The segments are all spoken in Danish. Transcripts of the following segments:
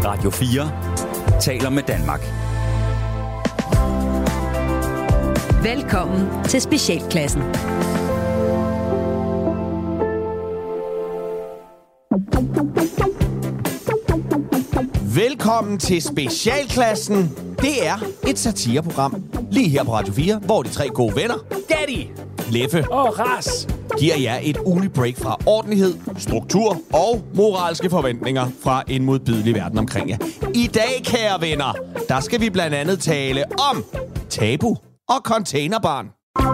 Radio 4 taler med Danmark. Velkommen til Specialklassen. Velkommen til Specialklassen. Det er et satireprogram lige her på Radio 4, hvor de tre gode venner, Gatti, Leffe og Ras, giver jer et ugenligt break fra ordentlighed, struktur og moralske forventninger fra en modbydelig verden omkring jer. I dag, kære venner, der skal vi blandt andet tale om tabu og containerbarn.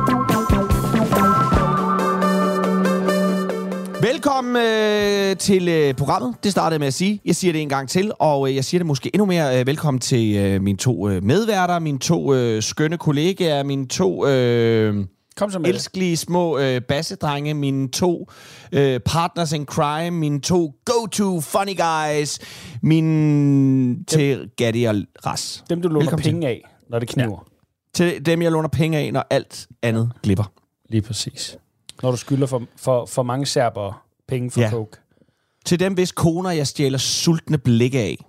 Velkommen til programmet. Det startede med at sige. Jeg siger det en gang til, og jeg siger det måske endnu mere. Velkommen til mine to medværter, mine to skønne kollegaer, mine to elskelige små bassedrenge, mine to partners in crime, mine to go-to funny guys, mine til Gatti og Ras. Dem, du låner penge af, når det kniver. Ja. Til dem, jeg låner penge af, når alt andet glipper. Lige præcis. Når du skylder for mange serbere penge for coke. Til dem, hvis koner jeg stjæler sultne blikke af.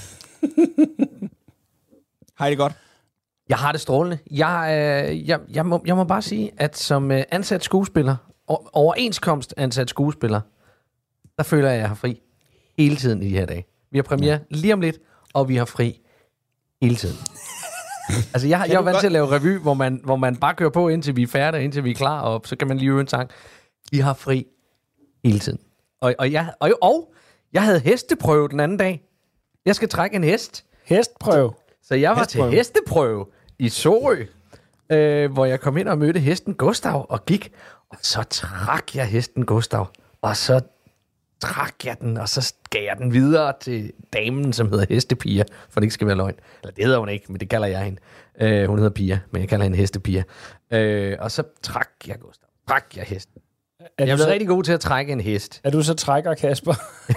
Har I det godt? Jeg har det strålende. Jeg må bare sige, at som ansat skuespiller, overenskomst ansat skuespiller, der føler jeg, at jeg har fri hele tiden i de her dage. Vi har premiere lige om lidt, og vi har fri hele tiden. Altså, jeg er vant til at lave revy, hvor man bare kører på, indtil vi er færdige, indtil vi er klar, og så kan man lige øve en sang. Vi har fri hele tiden. Og jeg havde hesteprøve den anden dag. Jeg skal trække en hest. Hestprøve? Så jeg var til hesteprøve i Sorø, hvor jeg kom ind og mødte hesten Gustav og gik. Og så trak jeg hesten Gustav, og så trak jeg den, og så gav jeg den videre til damen, som hedder Hestepia, for det ikke skal være løgn. Eller det hedder hun ikke, men det kalder jeg hende. Hun hedder Pia, men jeg kalder hende Hestepia. Og så trak jeg Gustav. Trak jeg hesten. Jeg er rigtig god til at trække en hest. Er du så trækker, Kasper?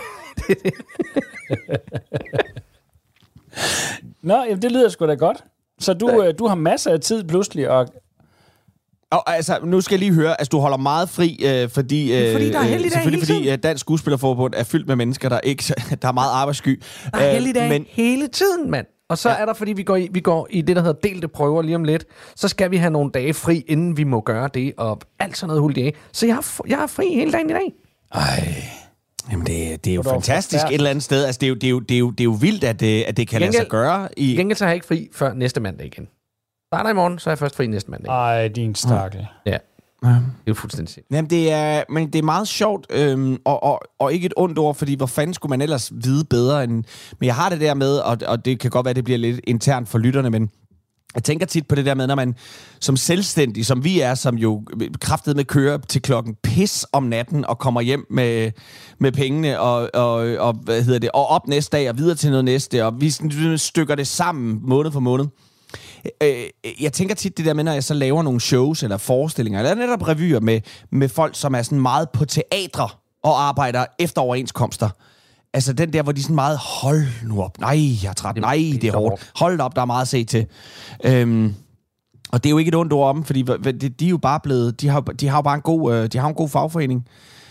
Nå, jamen, det lyder sgu da godt. Så du har masser af tid pludselig, Og altså, nu skal jeg lige høre, altså du holder meget fri, fordi der er helligdag selvfølgelig fordi Dansk Skuespillerforbund er fyldt med mennesker, der er meget arbejdssky. Der er helligdag hele tiden, mand. Og så er der, fordi vi går i det, der hedder delte prøver lige om lidt, så skal vi have nogle dage fri, inden vi må gøre det, og alt sådan noget huldige. Så jeg har fri hele dagen i dag. Ej, jamen det er jo fantastisk et eller andet sted. Altså det er jo vildt, at det kan lade sig gøre. I gengæld så har jeg ikke fri før næste mandag igen. Starter i morgen, så er jeg først fri næste mandag. Ej, din stakkel. Ja. Det er jo fuldstændig sindssygt. Jamen, men det er meget sjovt, og ikke et ondt ord, fordi hvor fanden skulle man ellers vide bedre end... Men jeg har det der med, og det kan godt være, at det bliver lidt internt for lytterne, men jeg tænker tit på det der med, når man som selvstændig, som vi er, som jo kraftedeme kører til klokken pis om natten, og kommer hjem med pengene, og hvad hedder det, og op næste dag, og videre til noget næste, og vi stykker det sammen måned for måned. Jeg tænker tit det der med, når jeg så laver nogle shows eller forestillinger, eller netop revyer med folk, som er sådan meget på teatre og arbejder efter overenskomster. Altså den der, hvor de sådan meget, hold nu op, nej, jeg er træt, nej, det er hårdt, hold op, der er meget at se til. Og det er jo ikke et ondt ord om, fordi de er jo bare blevet, de har jo bare en god fagforening,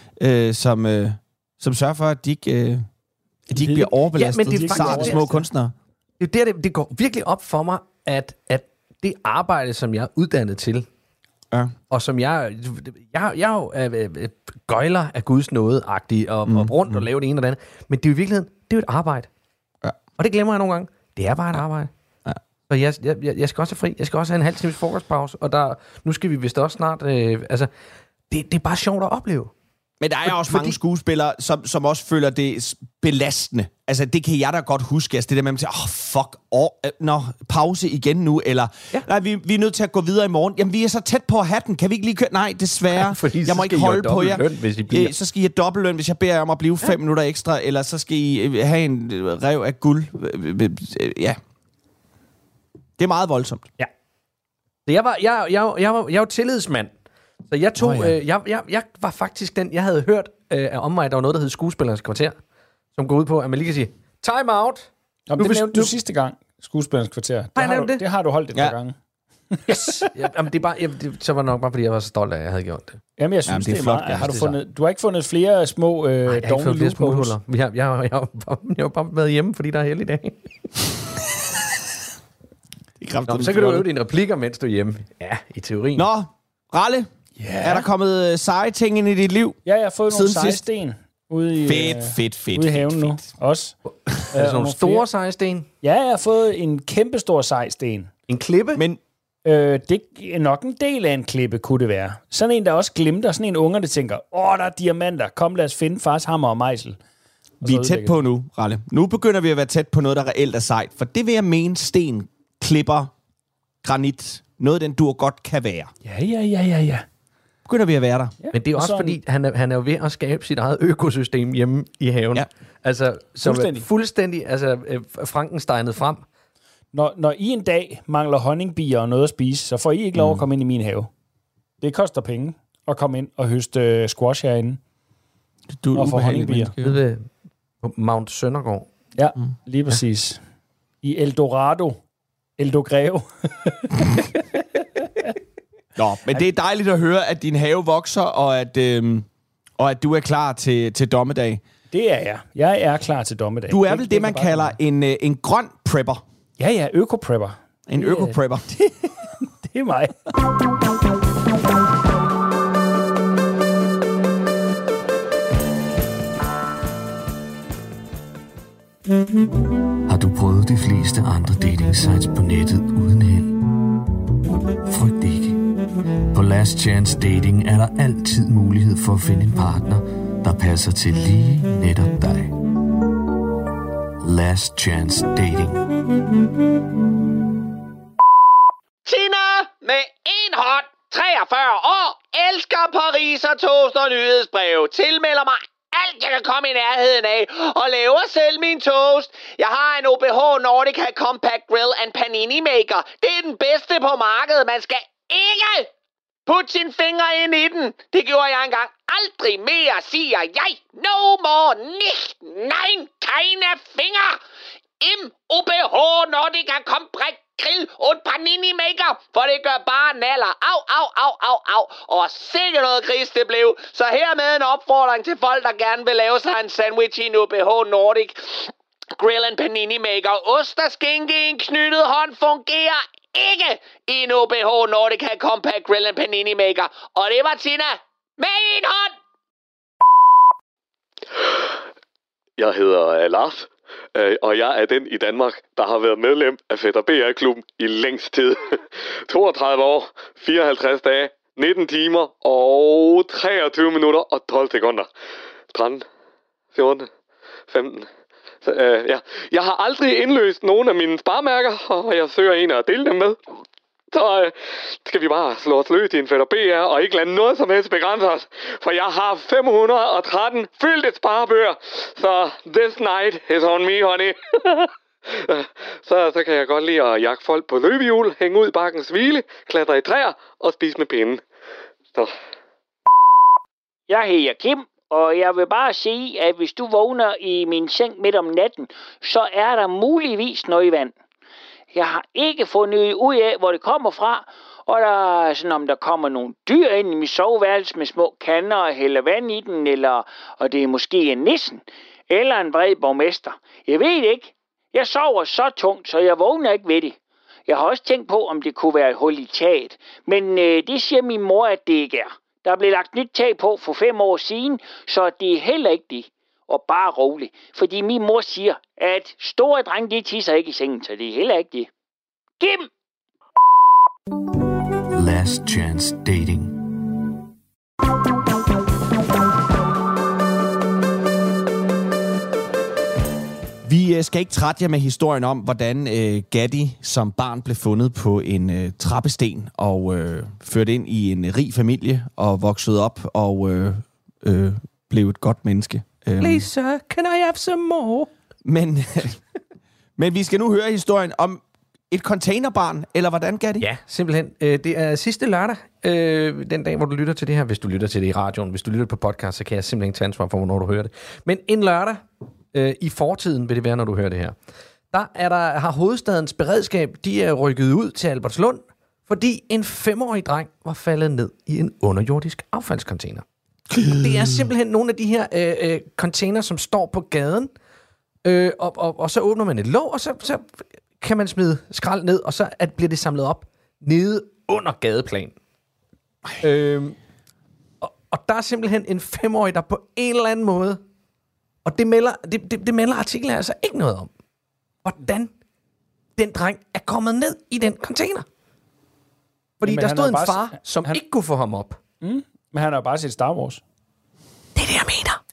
som sørger for, at de ikke bliver overbelastet, men det er sarte små kunstnere. Det går virkelig op for mig, at det arbejde, som jeg er uddannet til, og som jeg jo gøjler af Guds nåde-agtig, og rundt og laver det ene og det andet, men det er jo i virkeligheden, det er jo et arbejde. Ja. Og det glemmer jeg nogle gange. Det er bare et arbejde. Ja. Så jeg skal også have fri. Jeg skal også have en halv times frokostpause, og nu skal vi vist også snart... det er bare sjovt at opleve. Men der er også mange skuespillere, som også føler det belastende. Altså, det kan jeg da godt huske. Altså, det der med at sige, pause igen nu, eller nej, vi er nødt til at gå videre i morgen. Jamen, vi er så tæt på at have den. Kan vi ikke lige køre? Nej, desværre. Jeg må ikke holde på jer. Så skal I have dobbeltløn, hvis jeg beder jer om at blive 5 minutter ekstra, eller så skal I have en rev af guld. Ja. Det er meget voldsomt. Ja. Så jeg var tillidsmand. Så jeg tog, jeg var faktisk den, jeg havde hørt om mig, der var noget, der hed Skuespillernes Kvarter, som går ud på, at man lige kan sige, time out. Det nævnte du sidste gang, Skuespillernes Kvarter. Det har du holdt et par gange. Yes! Jamen, det er bare, så var det nok bare, fordi jeg var så stolt af, at jeg havde gjort det. Jamen, jeg synes, det er flot. Du har ikke fundet flere små Jeg har ikke fundet flere loopholes? smuthuller. Jeg har bare været hjemme, fordi der er helligdag. Så kan du øve dine replikker, mens du er hjemme. Ja, i teorien. Nå, Ralle, er der kommet seje ting ind i dit liv? Ja, jeg har fået nogle sejsten ude i, fedt, ude i haven nu. Også. Altså nogle store sejsten. Ja, jeg har fået en kæmpestor sejsten. En klippe? Men Det er nok en del af en klippe, kunne det være. Sådan en, der også glimter. Sådan en unger, der tænker, der er diamanter. Kom, lad os finde fars hammer og mejsel. vi er tæt på nu, Ralle. Nu begynder vi at være tæt på noget, der reelt er sejt. For det vil jeg mene, sten, klipper, granit, noget den dur godt kan være. Ja. Begynder vi at være der. Ja. Men det er også fordi, han er jo ved at skabe sit eget økosystem hjemme i haven. Ja. Altså, fuldstændig Frankensteinet frem. Når I en dag mangler honningbier og noget at spise, så får I ikke lov at komme ind i min have. Det koster penge at komme ind og høste squash herinde. Du og få honningbier. Ved Mount Søndergaard. Ja, lige præcis. I Eldorado. Eldograve. Nå, men det er dejligt at høre, at din have vokser, og at du er klar til dommedag. Det er jeg. Jeg er klar til dommedag. Du er vel det, man kalder en grøn prepper. Ja, øko-prepper. En øko-prepper. Det er mig. Har du prøvet de fleste andre dating sites på nettet uden held? Frygt ikke. På Last Chance Dating er der altid mulighed for at finde en partner, der passer til lige netop dig. Last Chance Dating. Tina med en hånd, 43 år, elsker Paris og toast og nyhedsbrev, tilmelder mig alt, jeg kan komme i nærheden af, og laver selv min toast. Jeg har en OBH Nordica Compact Grill and Panini Maker. Det er den bedste på markedet. Man skal ikke putte sine fingre ind i den. Det gjorde jeg engang. Aldrig mere, siger jeg. No more, nicht, nein, keine Finger. Im OBH Nordica Compact Grill und Panini Maker, for det gør bare naller. Au, au, au, au, au. Og sikkert noget gris det blev. Så hermed en opfordring til folk, der gerne vil lave sig en sandwich i en OBH Nordic Grill and Panini Maker. Ost og skinke i en knyttet hånd fungerer ikke i en OBH Nordica Compact Grill and Panini Maker. Og det var Tina med en hånd. Jeg hedder Lars. Og jeg er den i Danmark, der har været medlem af Fætter BR-klubben i længst tid. 32 år, 54 dage, 19 timer og 23 minutter og 12 sekunder. 13, 14, 15... Jeg har aldrig indløst nogen af mine sparmærker, og jeg søger en at dele dem med. Så skal vi bare slå os løs i en Fætter BR og ikke lade noget som helst begrænse os. For jeg har 513 fyldte sparebøger. Så this night is on me, honey. så kan jeg godt lide at jagte folk på løbehjul, hænge ud i bakkens hvile, klatre i træer og spise med pinden. Så. Jeg hedder Kim, og jeg vil bare sige, at hvis du vågner i min seng midt om natten, så er der muligvis noget i vand. Jeg har ikke fundet ud af, hvor det kommer fra, og der er sådan, om der kommer nogle dyr ind i min soveværelse med små kander og hælder vand i den, og det er måske en nissen, eller en vred borgmester. Jeg ved det ikke. Jeg sover så tungt, så jeg vågner ikke ved det. Jeg har også tænkt på, om det kunne være et hul i taget, men det siger min mor, at det ikke er. Der blev lagt nyt tag på for 5 år siden, så det er heller ikke det. Og bare rolig, fordi min mor siger, at store drenge, de tisser ikke i sengen, så det er heller ikke det. Kim! Last Chance Dating. Vi skal ikke trætte jer med historien om, hvordan Gatti som barn blev fundet på en trappesten og ført ind i en rig familie og voksede op og blev et godt menneske. Please, sir, can I have some more? Men vi skal nu høre historien om et containerbarn, eller hvordan, Gatti? Ja, simpelthen. Det er sidste lørdag, den dag, hvor du lytter til det her. Hvis du lytter til det i radioen, hvis du lytter på podcast, så kan jeg simpelthen ikke tage ansvar for, hvornår du hører det. Men en lørdag i fortiden vil det være, når du hører det her. Har hovedstadens beredskab, de er rykket ud til Albertslund, Fordi en 5-årig dreng var faldet ned i en underjordisk affaldscontainer. Det er simpelthen nogle af de her container, som står på gaden, og så åbner man et låg, og så kan man smide skrald ned, og så bliver det samlet op nede under gadeplan. Og der er simpelthen en 5-årig, der på en eller anden måde, og det melder artiklen altså ikke noget om, hvordan den dreng er kommet ned i den container. Fordi der stod en far, som ikke kunne få ham op. Men han har jo bare set Star Wars. Det er det, jeg mener.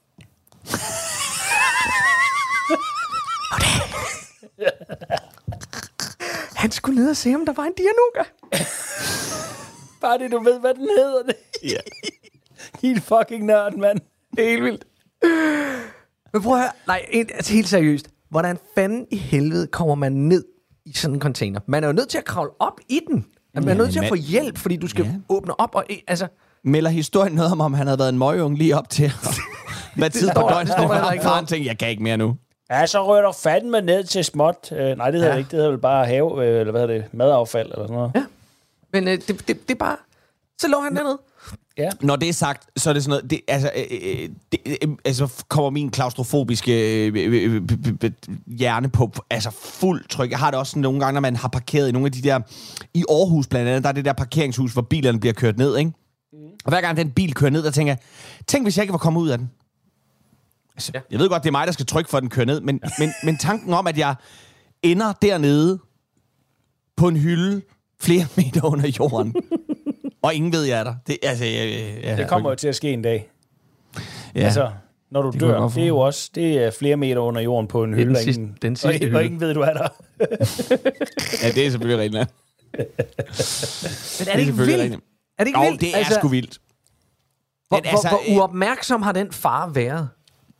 Han skulle ned og se, om der var en Dianuga. Bare det, du ved, hvad den hedder. Det. Ja. Helt fucking nørd, mand. Det er helt vildt. Men prøv at høre. Nej, altså helt seriøst. Hvordan fanden i helvede kommer man ned i sådan en container? Man er jo nødt til at kravle op i den. Man er nødt til at få hjælp, fordi du skal åbne op og... Altså... Melder historien noget om han havde været en møgeunge lige op til? Hvad tid på døgnet det var? Faren tænkte, jeg kan ikke mere nu. Ja, så rører du fandme ned til småt. Nej, det hedder ikke. Det hedder vel bare have, eller hvad hedder det? Madaffald eller sådan noget. Ja. Men det er bare... Så lå han dernede. Ja. Når det er sagt, så er det sådan noget... Altså kommer min klaustrofobiske hjerne på fuld tryk. Jeg har det også sådan nogle gange, når man har parkeret i nogle af de der... I Aarhus blandt andet, der er det der parkeringshus, hvor bilerne bliver kørt ned, ikke? Og hver gang den bil kører ned, der tænker jeg, tænk hvis jeg ikke var kommet ud af den. Altså, jeg ved godt, det er mig, der skal trykke for, at den kører ned, men tanken om, at jeg ender dernede på en hylde flere meter under jorden, og ingen ved, jeg er der. Det kommer jo til at ske en dag. Ja. Altså, når du dør, det er jo også det er flere meter under jorden på en hylde, og ingen ved, du er der. Ja, det er selvfølgelig rigtigt. Men er det ikke vildt? Er det ikke vildt? Det er sgu vildt. Hvor uopmærksom har den far været?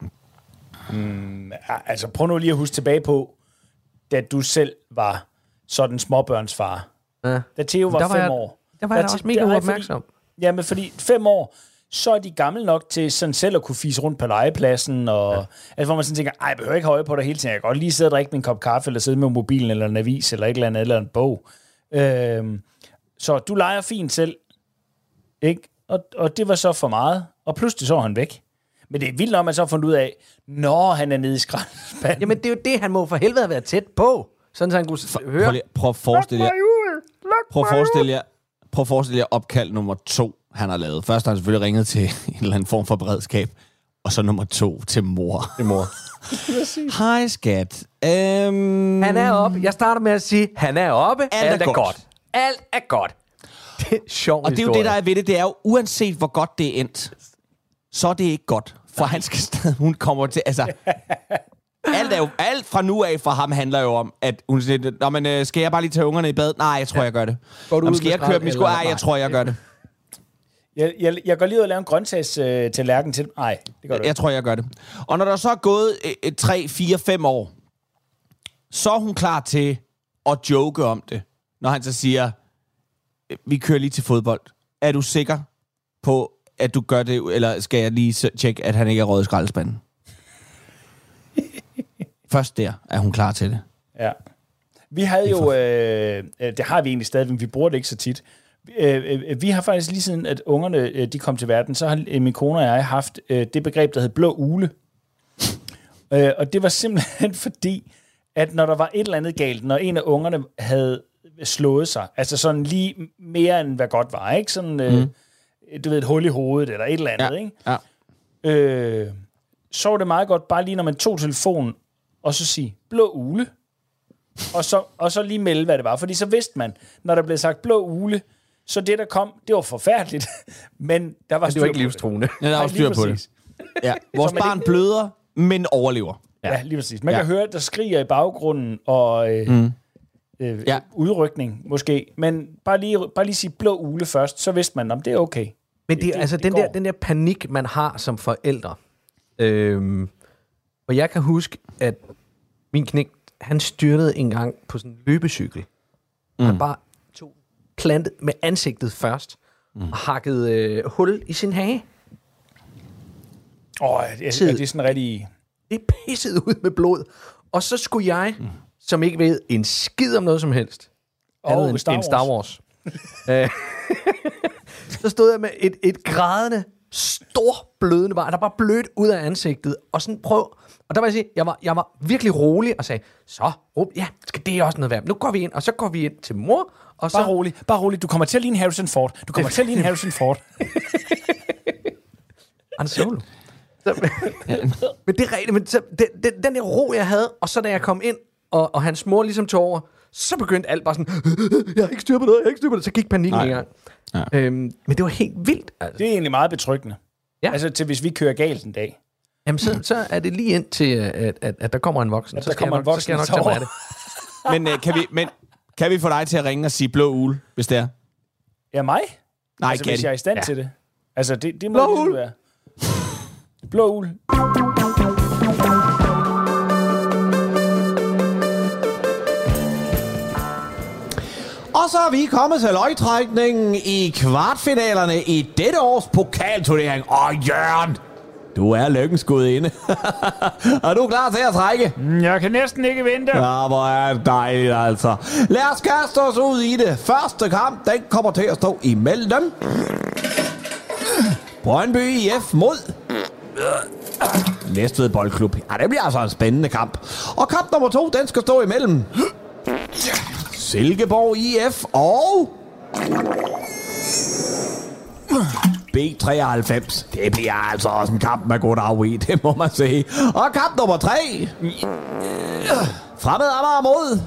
Altså, prøv nu lige at huske tilbage på, da du selv var sådan småbørnsfar. Ja. Da Theo var 5 år. Der var jeg også mega uopmærksom. Jamen, fordi 5 år, så er de gamle nok til sådan selv at kunne fise rundt på legepladsen, og altså, hvor man sådan tænker, jeg behøver ikke have øje på dig hele tiden. Jeg kan godt lige sidde og drikke min kop kaffe, eller sidde med mobilen, eller en avis, eller et eller andet, eller en bog. Så du leger fint selv, ikke? Og det var så for meget, og pludselig så han væk. Men det er vildt, når man så har fundet ud af, når han er nede i skraldespanden. Jamen, det er jo det, han må for helvede have været tæt på. Sådan, så han kunne høre. Prøv at forestille jer. Prøv at forestille jer opkald nummer 2, han har lavet. Først har han selvfølgelig ringet til en eller anden form for beredskab, og så nummer 2 til mor. Hej, skat. Han er oppe. Jeg starter med at sige, han er oppe. Alt er godt. Alt er godt. Det er sjovt. Og det er jo det, der er ved det. Det er jo, uanset hvor godt det er endt, så er det ikke godt. For han skal stadig, hun kommer til, altså... Alt fra nu af for ham handler jo om, at hun siger, skal jeg bare lige tage ungerne i bad? Nej, jeg tror, jeg gør det. Skal jeg køre dem i sko? Nej, jeg tror, jeg gør det. Jeg går lige ud og laver en grøntsags-tallerken til. Nej, det gør du. Jeg tror, jeg gør det. Og når der så er gået 3, 4, 5 år, så er hun klar til at joke om det. Når han så siger, vi kører lige til fodbold. Er du sikker på, at du gør det, eller skal jeg lige tjekke, at han ikke er røget i skraldespanden? Først der er hun klar til det. Ja. Vi havde jo, det har vi egentlig stadig, men vi bruger det ikke så tit. Vi har faktisk lige siden, at ungerne de kom til verden, så har min kone og jeg haft det begreb, der hed blå ugle. Og det var simpelthen fordi, at når der var et eller andet galt, når en af ungerne havde slået sig, altså sådan lige mere end hvad godt var, ikke? Sådan, du ved, et hul i hovedet, eller et eller andet, ikke? Ja. Så var det meget godt, bare lige når man tog telefonen, og så sige, blå ugle, og så lige melde, hvad det var. Fordi så vidste man, når der blev sagt blå ugle, så det, der kom, det var forfærdeligt, men der var styr på det. ikke livstruende. Ja, der var styr på det. Ja. Vores barn bløder, men overlever. Ja, lige præcis. Man kan høre, der skriger i baggrunden, og udrykning måske, men bare lige sige blå ugle først, så vidste man, om det er okay. Men det, altså den der panik, man har som forældre, og jeg kan huske, at min knægt, han styrtede en gang på sådan en løbecykel. Han bare tog plantet med ansigtet først, og hakkede hul i sin hage. Det er sådan rigtig... Det pissede ud med blod. Og så skulle jeg, som ikke ved en skid om noget som helst, andet end Star Wars, Så stod jeg med et grædende, stor blødende barn, der bare blødt ud af ansigtet, og sådan prøv. Og der vil jeg sige, jeg var virkelig rolig og sagde, så, ja, skal det også noget være. Nu går vi ind, og så går vi ind til mor, og så... Bare rolig. Du kommer til at ligne Harrison Ford. Han Solo. Men det er rigtigt, men så, den der ro, jeg havde, og så da jeg kom ind, og hans mor ligesom tog over, så begyndte alt bare sådan, jeg har ikke styr på noget, så gik panikken i gang. Ja. Men det var helt vildt. Altså. Det er egentlig meget betryggende. Ja. Altså til hvis vi kører galt en dag. Jamen så er det lige ind til, at der kommer en voksen. Så skal jeg nok tage mig af det. Men kan vi få dig til at ringe og sige blå ugle, hvis det er? Ja, mig? Nej, altså, hvis jeg er i stand til det. Altså, det må blå det være. Blå ugle. Og så er vi kommet til lodtrækningen i kvartfinalerne i dette års pokalturnering. Jørgen, du er lykkens gudinde. Er du klar til at trække? Jeg kan næsten ikke vente. Ja, hvor er det dejligt altså. Lad os kaste os ud i det. Første kamp, den kommer til at stå imellem dem. Brøndby IF mod Næstved Boldklub. Ja, det bliver altså en spændende kamp. Og kamp nummer 2, den skal stå imellem Silkeborg IF og B93. Det bliver altså også en kamp med godt af i, det må man sige. Og kamp nummer 3. Fremad Amager mod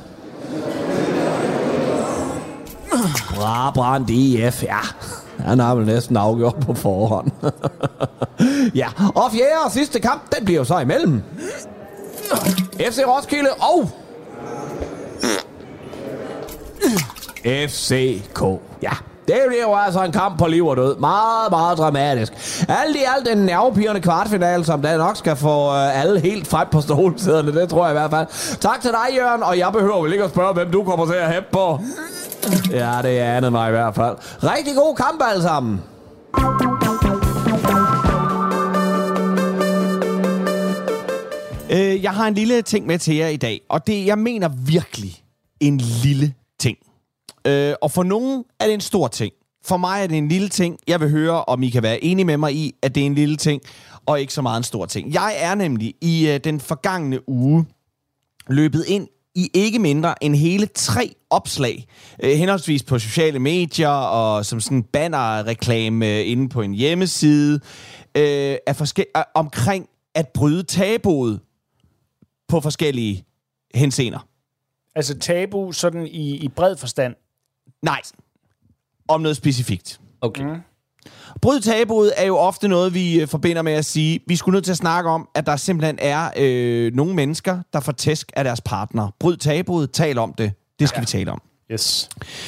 Brabrand IF. Ja, han har vel næsten afgjort på forhånd. Ja, og fjerde og sidste kamp, den bliver jo så imellem FC Roskilde og FCK. Ja, det bliver jo altså en kamp på liv og død. Meget, meget dramatisk. Alt i alt en nervepirrende kvartfinale, som der nok skal få alle helt frem på stolsæderne. Det tror jeg i hvert fald. Tak til dig, Jørgen, og jeg behøver vel ikke at spørge, hvem du kommer til at hæppe på. Ja, det er andet mig i hvert fald. Rigtig god kamp alle sammen. Jeg har en lille ting med til jer i dag, og det jeg mener virkelig en lille ting. Og for nogen er det en stor ting. For mig er det en lille ting. Jeg vil høre, om I kan være enige med mig i, at det er en lille ting, og ikke så meget en stor ting. Jeg er nemlig i den forgangne uge løbet ind i ikke mindre end hele 3 opslag, henholdsvis på sociale medier og som sådan en bannerreklame inde på en hjemmeside, omkring at bryde tabuet på forskellige henseender. Altså tabu sådan i bred forstand? Nej, om noget specifikt. Okay. Bryd tabuet er jo ofte noget, vi forbinder med at sige, vi skulle nødt til at snakke om, at der simpelthen er nogle mennesker, der får tæsk af deres partner. Bryd tabuet, tal om det. Det skal vi tale om. Yes.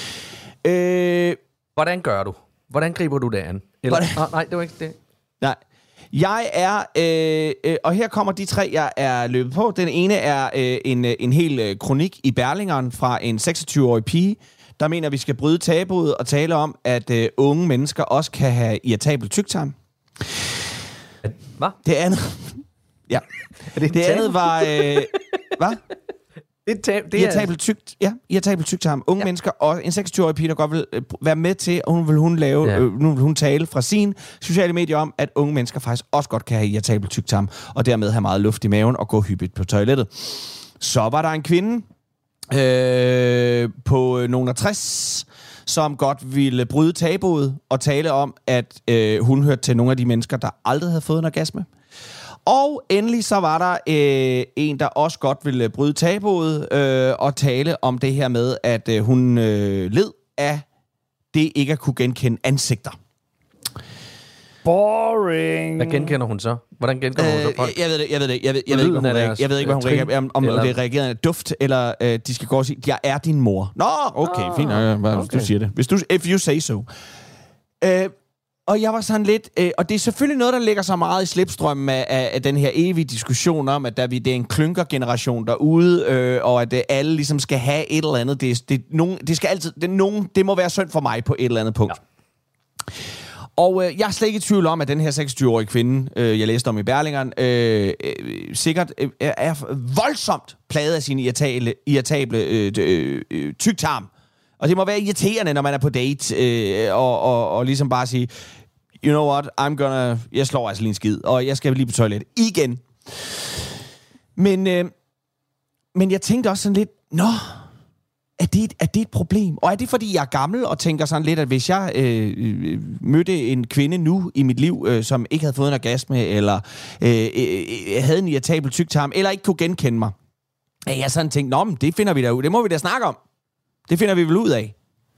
Hvordan gør du? Hvordan griber du det an? Eller, nej, det var ikke det. Nej. Jeg er, og her kommer de 3, jeg er løbet på. Den ene er en hel kronik i Berlingeren fra en 26-årig pige, der mener, at vi skal bryde tabuet og tale om, at unge mennesker også kan have irritabel tyktarm. Hvad? Det andet... Ja. Det andet var... Hvad? Irritabel tyktarm. Unge mennesker og en 26-årig pige, der godt vil være med til, og nu vil hun tale fra sin sociale medier om, at unge mennesker faktisk også godt kan have irritabel tyktarm, og dermed have meget luft i maven og gå hyppigt på toilettet. Så var der en kvinde på nogle af 60, som godt ville bryde tabuet og tale om, at hun hørte til nogle af de mennesker, der aldrig havde fået en orgasme. Og endelig så var der en, der også godt ville bryde tabuet og tale om det her med, at hun led af det ikke at kunne genkende ansigter. Boring. Hvad genkender hun så? Hvordan genkender hun så folk? Jeg ved ikke, hvad hun reagerer, om det reagerer af duft, eller de skal gå og sige, jeg er din mor. Nå, okay, fint. Okay. Du siger det. If you say so. Og jeg var sådan lidt... og det er selvfølgelig noget, der ligger så meget i slipstrømmen af den her evige diskussion om, at det er en klynkergeneration derude, og at alle ligesom skal have et eller andet. Det må være synd for mig på et eller andet punkt. Ja. Og jeg er slet ikke i tvivl om, at den her 26-årige kvinde, jeg læste om i Berlingeren, sikkert er voldsomt plaget af sin irritable tyktarm. Og det må være irriterende, når man er på date, og ligesom bare sige, you know what, jeg slår altså lige en skid, og jeg skal lige på toilet igen. Men jeg tænkte også sådan lidt, er det et problem? Og er det, fordi jeg er gammel og tænker sådan lidt, at hvis jeg mødte en kvinde nu i mit liv, som ikke havde fået en orgasme, eller havde en irritabel tyktarm, eller ikke kunne genkende mig, at jeg sådan tænkte, men det finder vi da ud. Det må vi da snakke om. Det finder vi vel ud af.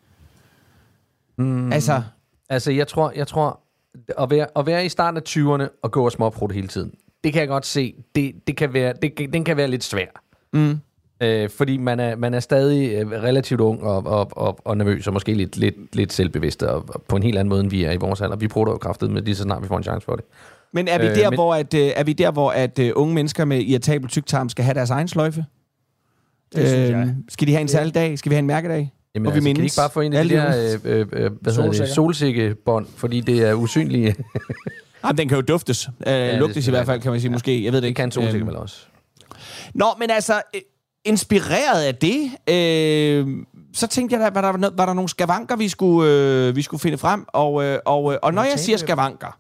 Altså, jeg tror at være i starten af 20'erne og gå og småprutte hele tiden, det kan jeg godt se. Den kan være lidt svær. Fordi man er stadig relativt ung og nervøs, og måske lidt selvbevidst, og på en helt anden måde, end vi er i vores alder. Vi prutter jo kraftigt med lige så snart vi får en chance for det. Men er vi der, hvor unge mennesker med irritabel tyktarm skal have deres egen sløjfe? Skal de have en særlig dag? Skal vi have en mærkedag? Jamen, altså, kan I ikke bare få en af de der solsikkebånd, fordi det er usynlige? Jamen, den kan jo duftes. Lugtes i hvert fald, kan man sige, måske. Jeg ved det ikke. Det kan solsikke vel også. Nå, men altså, inspireret af det, så tænkte jeg, var der nogle skavanker, vi skulle finde frem? Og når jeg siger skavanker,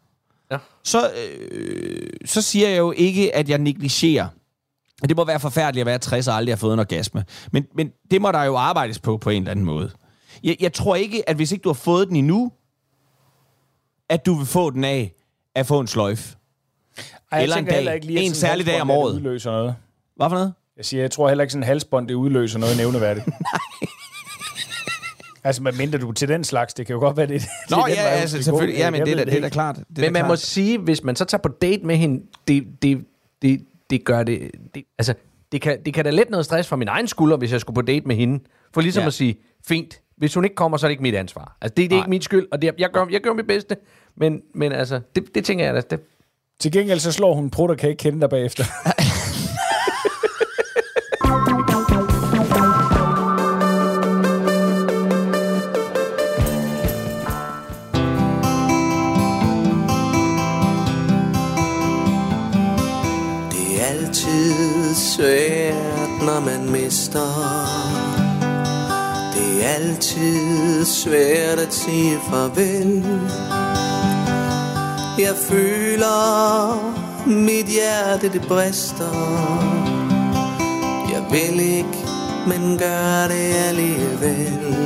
så siger jeg jo ikke, at jeg negligerer. Det må være forfærdeligt at være 60 og aldrig have fået en orgasme. Men det må der jo arbejdes på en eller anden måde. Jeg tror ikke, at hvis ikke du har fået den endnu, at du vil få den af at få en sløjf. Eller en dag. En særlig dag om året. Udløser noget. Hvad for noget? Jeg tror heller ikke, sådan en halsbånd, det udløser noget nævneværdigt. Nej. Altså, medmindre du til den slags, det kan jo godt være det. Nå, ja, altså selvfølgelig. Ja, men det er da klart. Men man må sige, hvis man så tager på date med hende, det gør det... Altså, det kan da let noget stress fra min egen skulder, hvis jeg skulle på date med hende. For ligesom at sige, fint, hvis hun ikke kommer, så er det ikke mit ansvar. Altså, det er ikke min skyld, og jeg gør mit bedste. Men altså, det tænker jeg da. Til gengæld så slår hun prut og kan ikke kende dig bagefter. Det er altid svært, når man mister. Det er altid svært at sige farvel. Jeg føler, mit hjerte det brister. Jeg vil ikke, men gør det alligevel.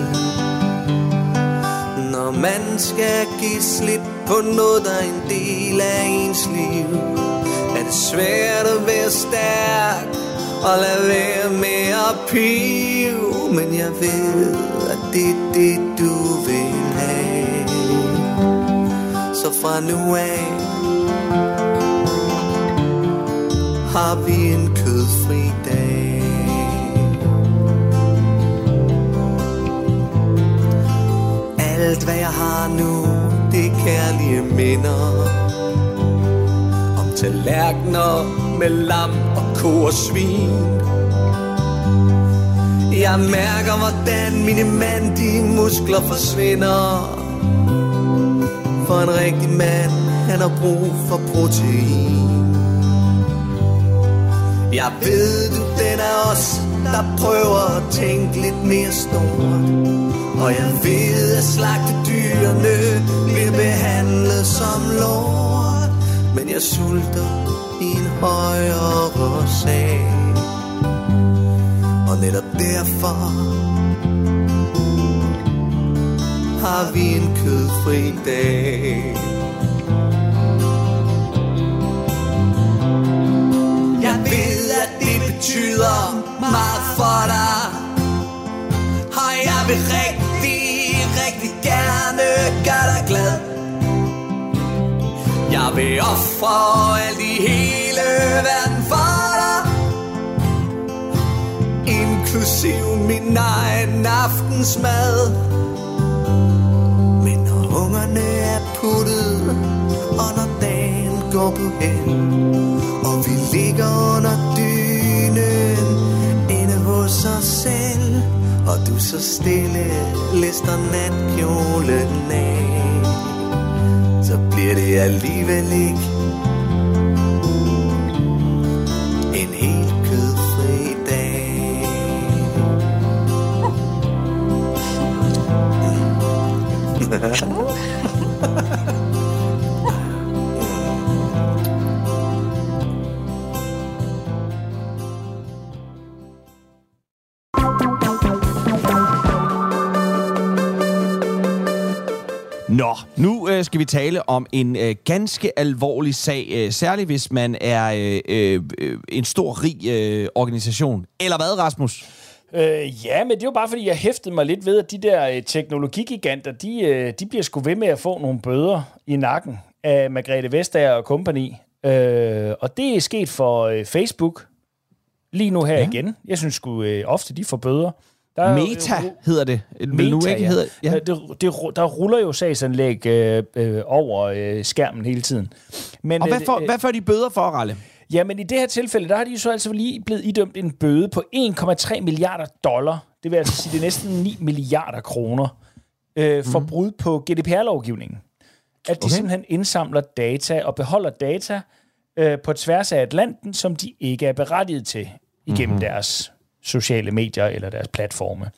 Når man skal give slip på noget, der er en del af ens liv, er det svært at være stærk og lade være med at pive. Men jeg ved, at det er det, du vil have. Så fra nu af har vi en kødfri dag. Alt hvad jeg har nu, det er kærlige minder om tallerkener med lam og ko og svin. Jeg mærker, hvordan mine mandige muskler forsvinder. For en rigtig mand, han har brug for protein. Jeg ved, du den er os, der prøver at tænke lidt mere stort. Og jeg ved, at slagtedyrene bliver behandlet som lort. Men jeg sulter i en højere sag. Og netop derfor har vi en kødfri dag. Jeg ved, at det betyder meget for dig, og jeg vil rigtig gerne gøre dig glad. Jeg vil ofre alt i hele verden for dig, inklusiv min egen aftensmad. Men når ungerne er puttet, og når dagen går på held, og vi ligger under dynen inde hos os selv, og du så stille lister natkjolen af, så bliver det alligevel ikke en helt kødfri dag. Nå, nu skal vi tale om en ganske alvorlig sag, særligt hvis man er en stor, rig organisation. Eller hvad, Rasmus? Ja, men det er jo bare, fordi jeg hæftede mig lidt ved, at de der teknologigiganter, de bliver sgu ved med at få nogle bøder i nakken af Margrethe Vestager og company. Og det er sket for Facebook lige nu her igen. Jeg synes sgu ofte, de får bøder. Meta hedder det. Meta, nu ikke hedder, ja. Der ruller jo sagsanlæg over skærmen hele tiden. Men, og hvad får de bøder for, Ralle? Jamen i det her tilfælde, der har de jo så altså lige blevet idømt en bøde på $1,3 milliarder. Det vil altså sige, det er næsten 9 milliarder kroner for brud på GDPR-lovgivningen. At de simpelthen indsamler data og beholder data på tværs af Atlanten, som de ikke er berettiget til igennem deres sociale medier eller deres platforme.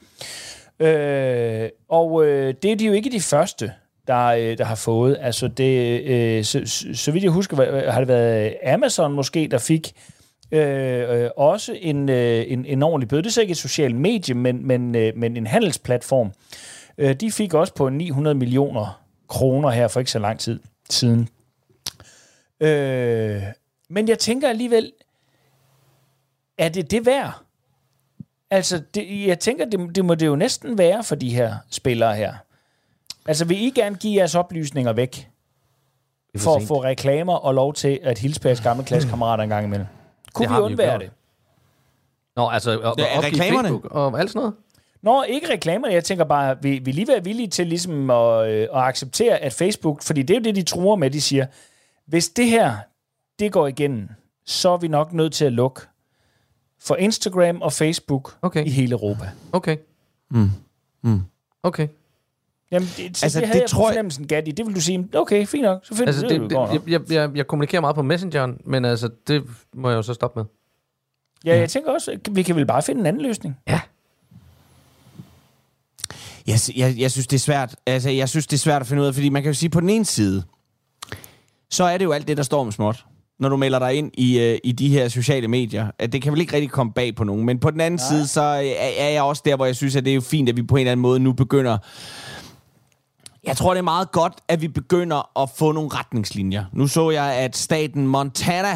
Det er de jo ikke de første, der har fået. Altså det, så vidt jeg husker, har det været Amazon måske, der fik også en ordentlig bøde. Det er så ikke et socialt medie, men en handelsplatform. De fik også på 900 millioner kroner her for ikke så lang tid siden. Men jeg tænker alligevel, er det værd? Altså, jeg tænker, det må det jo næsten være for de her spillere her. Altså, vil I gerne give jeres oplysninger væk for at få reklamer og lov til at hilse på jeres gamle klassekammerater en gang imellem? Kunne vi undvære det? Nå, altså, reklamerne? Facebook og alt sådan noget? Nå, ikke reklamerne. Jeg tænker bare, vi lige være villige til ligesom at acceptere, at Facebook, fordi det er jo det, de truer med, de siger, hvis det her, det går igennem, så er vi nok nødt til at lukke for Instagram og Facebook i hele Europa. Okay. Okay. Jamen, det havde jeg på fornemmelsen, Gatti. Det vil du sige, okay, fint nok. Så finder det, jeg kommunikerer meget på Messengeren, men altså, det må jeg jo så stoppe med. Ja, jeg tænker også, vi kan vel bare finde en anden løsning. Ja. Jeg synes, det er svært. Altså, jeg synes, det er svært at finde ud af, fordi man kan jo sige, på den ene side, så er det jo alt det, der står om småt, når du melder dig ind i de her sociale medier. At det kan vel ikke rigtig komme bag på nogen. Men på den anden side, så er jeg også der, hvor jeg synes, at det er jo fint, at vi på en eller anden måde nu begynder. Jeg tror, det er meget godt, at vi begynder at få nogle retningslinjer. Nu så jeg, at staten Montana...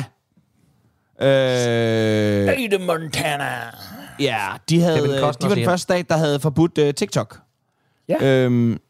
Staten Montana! Ja, de var den første stat, der havde forbudt TikTok. Ja.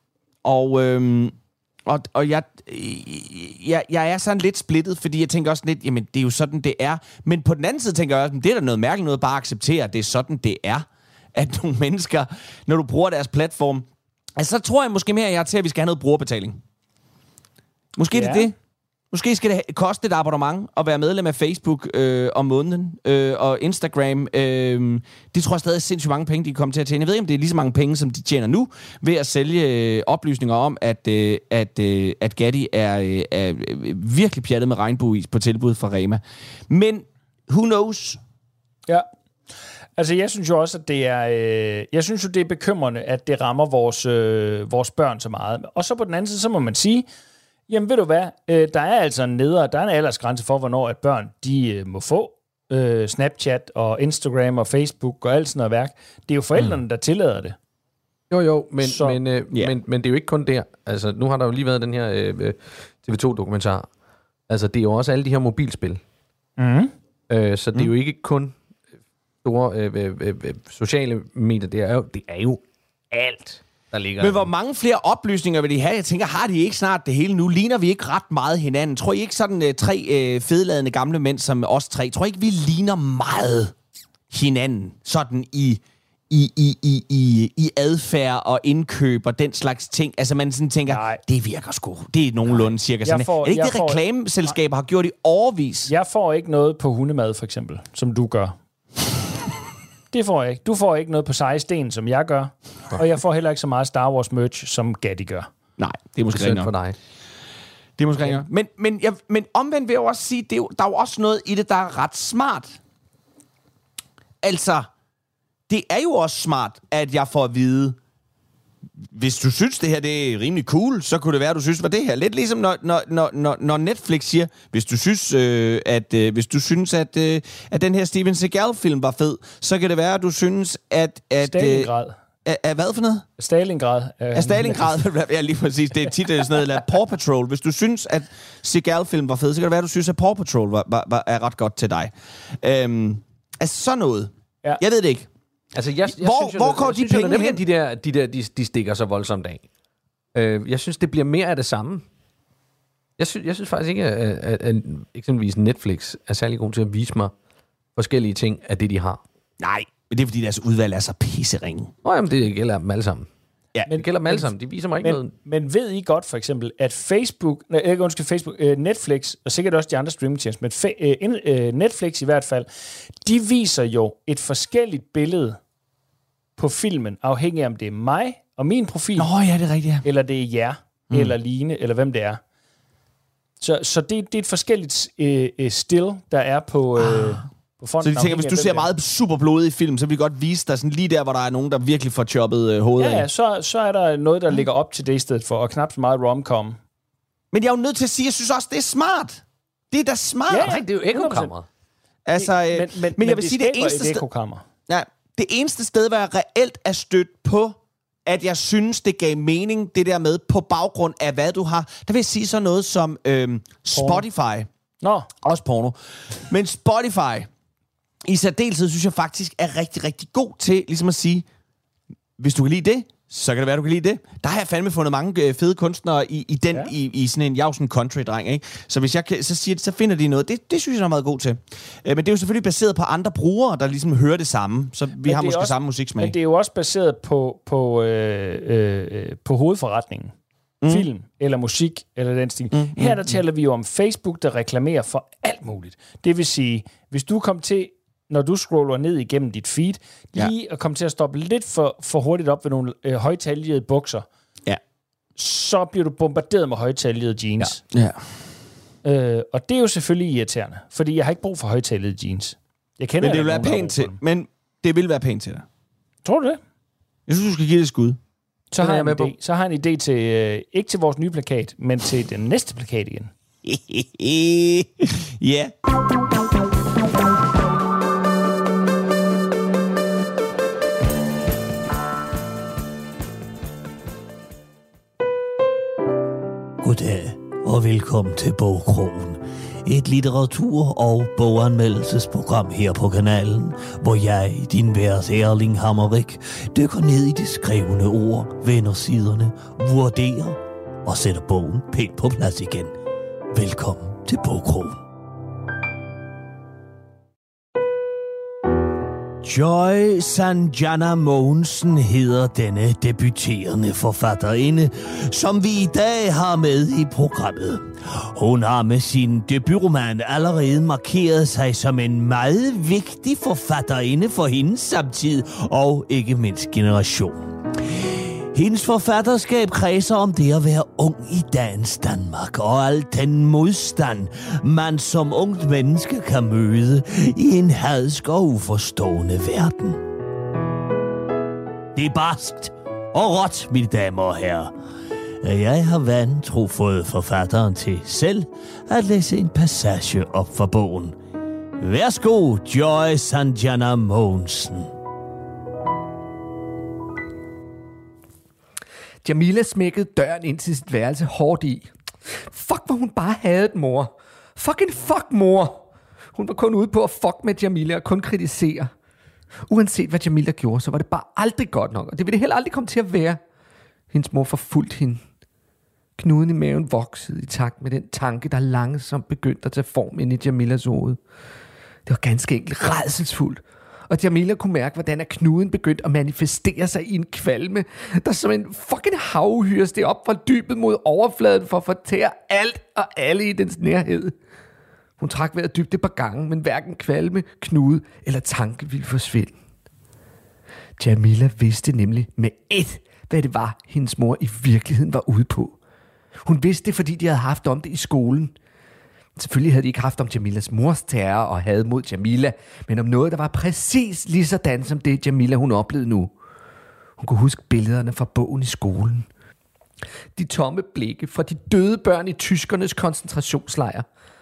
Og jeg er sådan lidt splittet, fordi jeg tænker også lidt, jamen det er jo sådan, det er. Men på den anden side tænker jeg også, det er da noget mærkeligt noget, bare at acceptere, at det er sådan, det er. At nogle mennesker, når du bruger deres platform, altså så tror jeg måske mere, at jeg er til, at vi skal have noget brugerbetaling. Måske er det. Måske skal det koste et abonnement at være medlem af Facebook om måneden og Instagram. Det tror jeg stadig er sindssygt mange penge, de kommer til at tjene. Jeg ved ikke, om det er lige så mange penge, som de tjener nu, ved at sælge oplysninger om, at Gatti er virkelig pjattet med regnbueis på tilbud fra Rema. Men who knows? Ja. Altså, jeg synes jo også, at det er... jeg synes jo, det er bekymrende, at det rammer vores børn så meget. Og så på den anden side, så må man sige... Jamen ved du hvad, der er altså en aldersgrænse for, hvornår at børn de må få Snapchat og Instagram og Facebook og alt sådan noget værk. Det er jo forældrene, der tillader det. Jo, men det er jo ikke kun der. Altså, nu har der jo lige været den her TV2-dokumentar. Altså, det er jo også alle de her mobilspil. Så det er jo ikke kun store sociale medier. Det er jo alt. Men hvor mange flere oplysninger vil de have? Jeg tænker, har de ikke snart det hele nu? Ligner vi ikke ret meget hinanden? Tror I ikke sådan tre fedladende gamle mænd som os tre? Tror I ikke, vi ligner meget hinanden? Sådan i adfærd og indkøb og den slags ting. Altså man sådan tænker, det virker sgu. Det er nogenlunde cirka sådan. Er det ikke det, reklameselskaber har gjort i årevis? Jeg får ikke noget på hundemad, for eksempel, som du gør. Det får jeg ikke. Du får ikke noget på seje sten, som jeg gør. Og jeg får heller ikke så meget Star Wars merch, som Gatti gør. Nej, det er måske ikke for dig. Det er måske ikke. Men omvendt vil jeg også sige, der er jo også noget i det, der er ret smart. Altså, det er jo også smart, at jeg får at vide, hvis du synes, det her det er rimelig cool, så kunne det være, at du synes, var det her. Lidt ligesom når Netflix siger, hvis du synes, at den her Steven Seagal-film var fed, så kan det være, at du synes, at Stalingrad. af hvad for noget? Stalingrad. Af Stalingrad, ja lige præcis. Det er tit sådan noget, eller Paw Patrol. Hvis du synes, at Seagal-film var fed, så kan det være, at du synes, at Paw Patrol er ret godt til dig. Altså sådan noget. Ja. Jeg ved det ikke. Altså, jeg hvor går de penge hen? De der, de stikker så voldsomt af. Jeg synes, det bliver mere af det samme. Jeg synes faktisk ikke, at eksempelvis Netflix er særlig god til at vise mig forskellige ting af det, de har. Nej, men det er fordi, deres udvalg er så pisseringe. Jamen, det gælder dem alle sammen. Ja, det gælder dem alle sammen. De viser mig ikke noget. Men ved I godt, for eksempel, at Netflix, og sikkert også de andre streamingtjenester, men Netflix i hvert fald, de viser jo et forskelligt billede på filmen, afhængig af, om det er mig og min profil, ja, det er rigtigt, ja. eller det er jer, eller Line, eller hvem det er. Så det er et forskelligt still, der er på fonden. Så de tænker, hvis du ser meget super blodig film, så vil vi godt vise dig sådan lige der, hvor der er nogen, der virkelig får choppet hovedet af. Ja, så er der noget, der ligger op til det i stedet for, og knap så meget rom-com. Men jeg er jo nødt til at sige, jeg synes også, det er smart. Det er da smart. Ja, det er jo ekokammeret. Altså, men jeg vil sige, det eneste sted... Ja, det eneste sted, hvor jeg reelt er stødt på, at jeg synes, det gav mening, det der med, på baggrund af, hvad du har. Der vil jeg sige sådan noget som Spotify. Også porno. Men Spotify, i særdeleshed, synes jeg faktisk er rigtig, rigtig god til ligesom at sige, hvis du kan lide det, så kan det være, du kan lide det. Der har jeg fandme fundet mange fede kunstnere i sådan en, jeg er jo sådan en country-dreng, ikke? Så hvis jeg så finder de noget. Det synes jeg er meget god til. Men det er jo selvfølgelig baseret på andre brugere, der ligesom hører det samme. Så vi har måske samme musiksmag. Men det er jo også baseret på hovedforretningen. Film eller musik eller den stil. Her der taler vi jo om Facebook, der reklamerer for alt muligt. Det vil sige, hvis du kom til, når du scroller ned igennem dit feed, lige at komme til at stoppe lidt for hurtigt op ved nogle højtaljede bukser, så bliver du bombarderet med højtaljede jeans. Ja. Og det er jo selvfølgelig irriterende, fordi jeg har ikke brug for højtaljede jeans. Jeg kender men det vil være pænt til. Men det vil være pænt til dig. Tror du det? Jeg synes, du skal give det et skud. Så har jeg en idé til, ikke til vores nye plakat, men til den næste plakat igen. Ja. Goddag og velkommen til Bogkrogen. Et litteratur- og boganmeldelsesprogram her på kanalen, hvor jeg, din vært Erling Hammerik, dykker ned i de skrevne ord, vender siderne, vurderer og sætter bogen pænt på plads igen. Velkommen til Bogkrogen. Joy Sanjana Mogensen hedder denne debuterende forfatterinde, som vi i dag har med i programmet. Hun har med sin debutroman allerede markeret sig som en meget vigtig forfatterinde for hendes samtid og ikke mindst generation. Hendes forfatterskab kredser om det at være ung i dagens Danmark, og al den modstand, man som ungt menneske kan møde i en hadsk og uforstående verden. Det er barskt og råt, mine damer og herrer. Jeg har vantro fået forfatteren til selv at læse en passage op fra bogen. Værsgo, Joy Sanjana Mogensen. Jamila smækkede døren ind til sit værelse hårdt i. Fuck, hvor hun bare havde mor. Fucking fuck, mor. Hun var kun ude på at fuck med Jamila og kun kritisere. Uanset hvad Jamila gjorde, så var det bare aldrig godt nok. Og det ville det heller aldrig komme til at være. Hendes mor forfulgte hende. Knuden i maven voksede i takt med den tanke, der langsomt begyndte at tage form ind i Jamilas hoved. Det var ganske enkelt rædselsfuldt. Og Jamila kunne mærke, hvordan knuden begyndte at manifestere sig i en kvalme, der som en fucking havhyre steg op fra dybet mod overfladen for at fortære alt og alle i dens nærhed. Hun trak vejret dybt et par gange, men hverken kvalme, knude eller tanke ville forsvinde. Jamila vidste nemlig med hvad det var, hendes mor i virkeligheden var ude på. Hun vidste det, fordi de havde haft om det i skolen. Selvfølgelig havde de ikke haft om Jamilas mors terror og had mod Jamila, men om noget, der var præcis lige sådan som det, Jamila hun oplevede nu. Hun kunne huske billederne fra bogen i skolen. De tomme blikke fra de døde børn i tyskernes koncentrationslejr.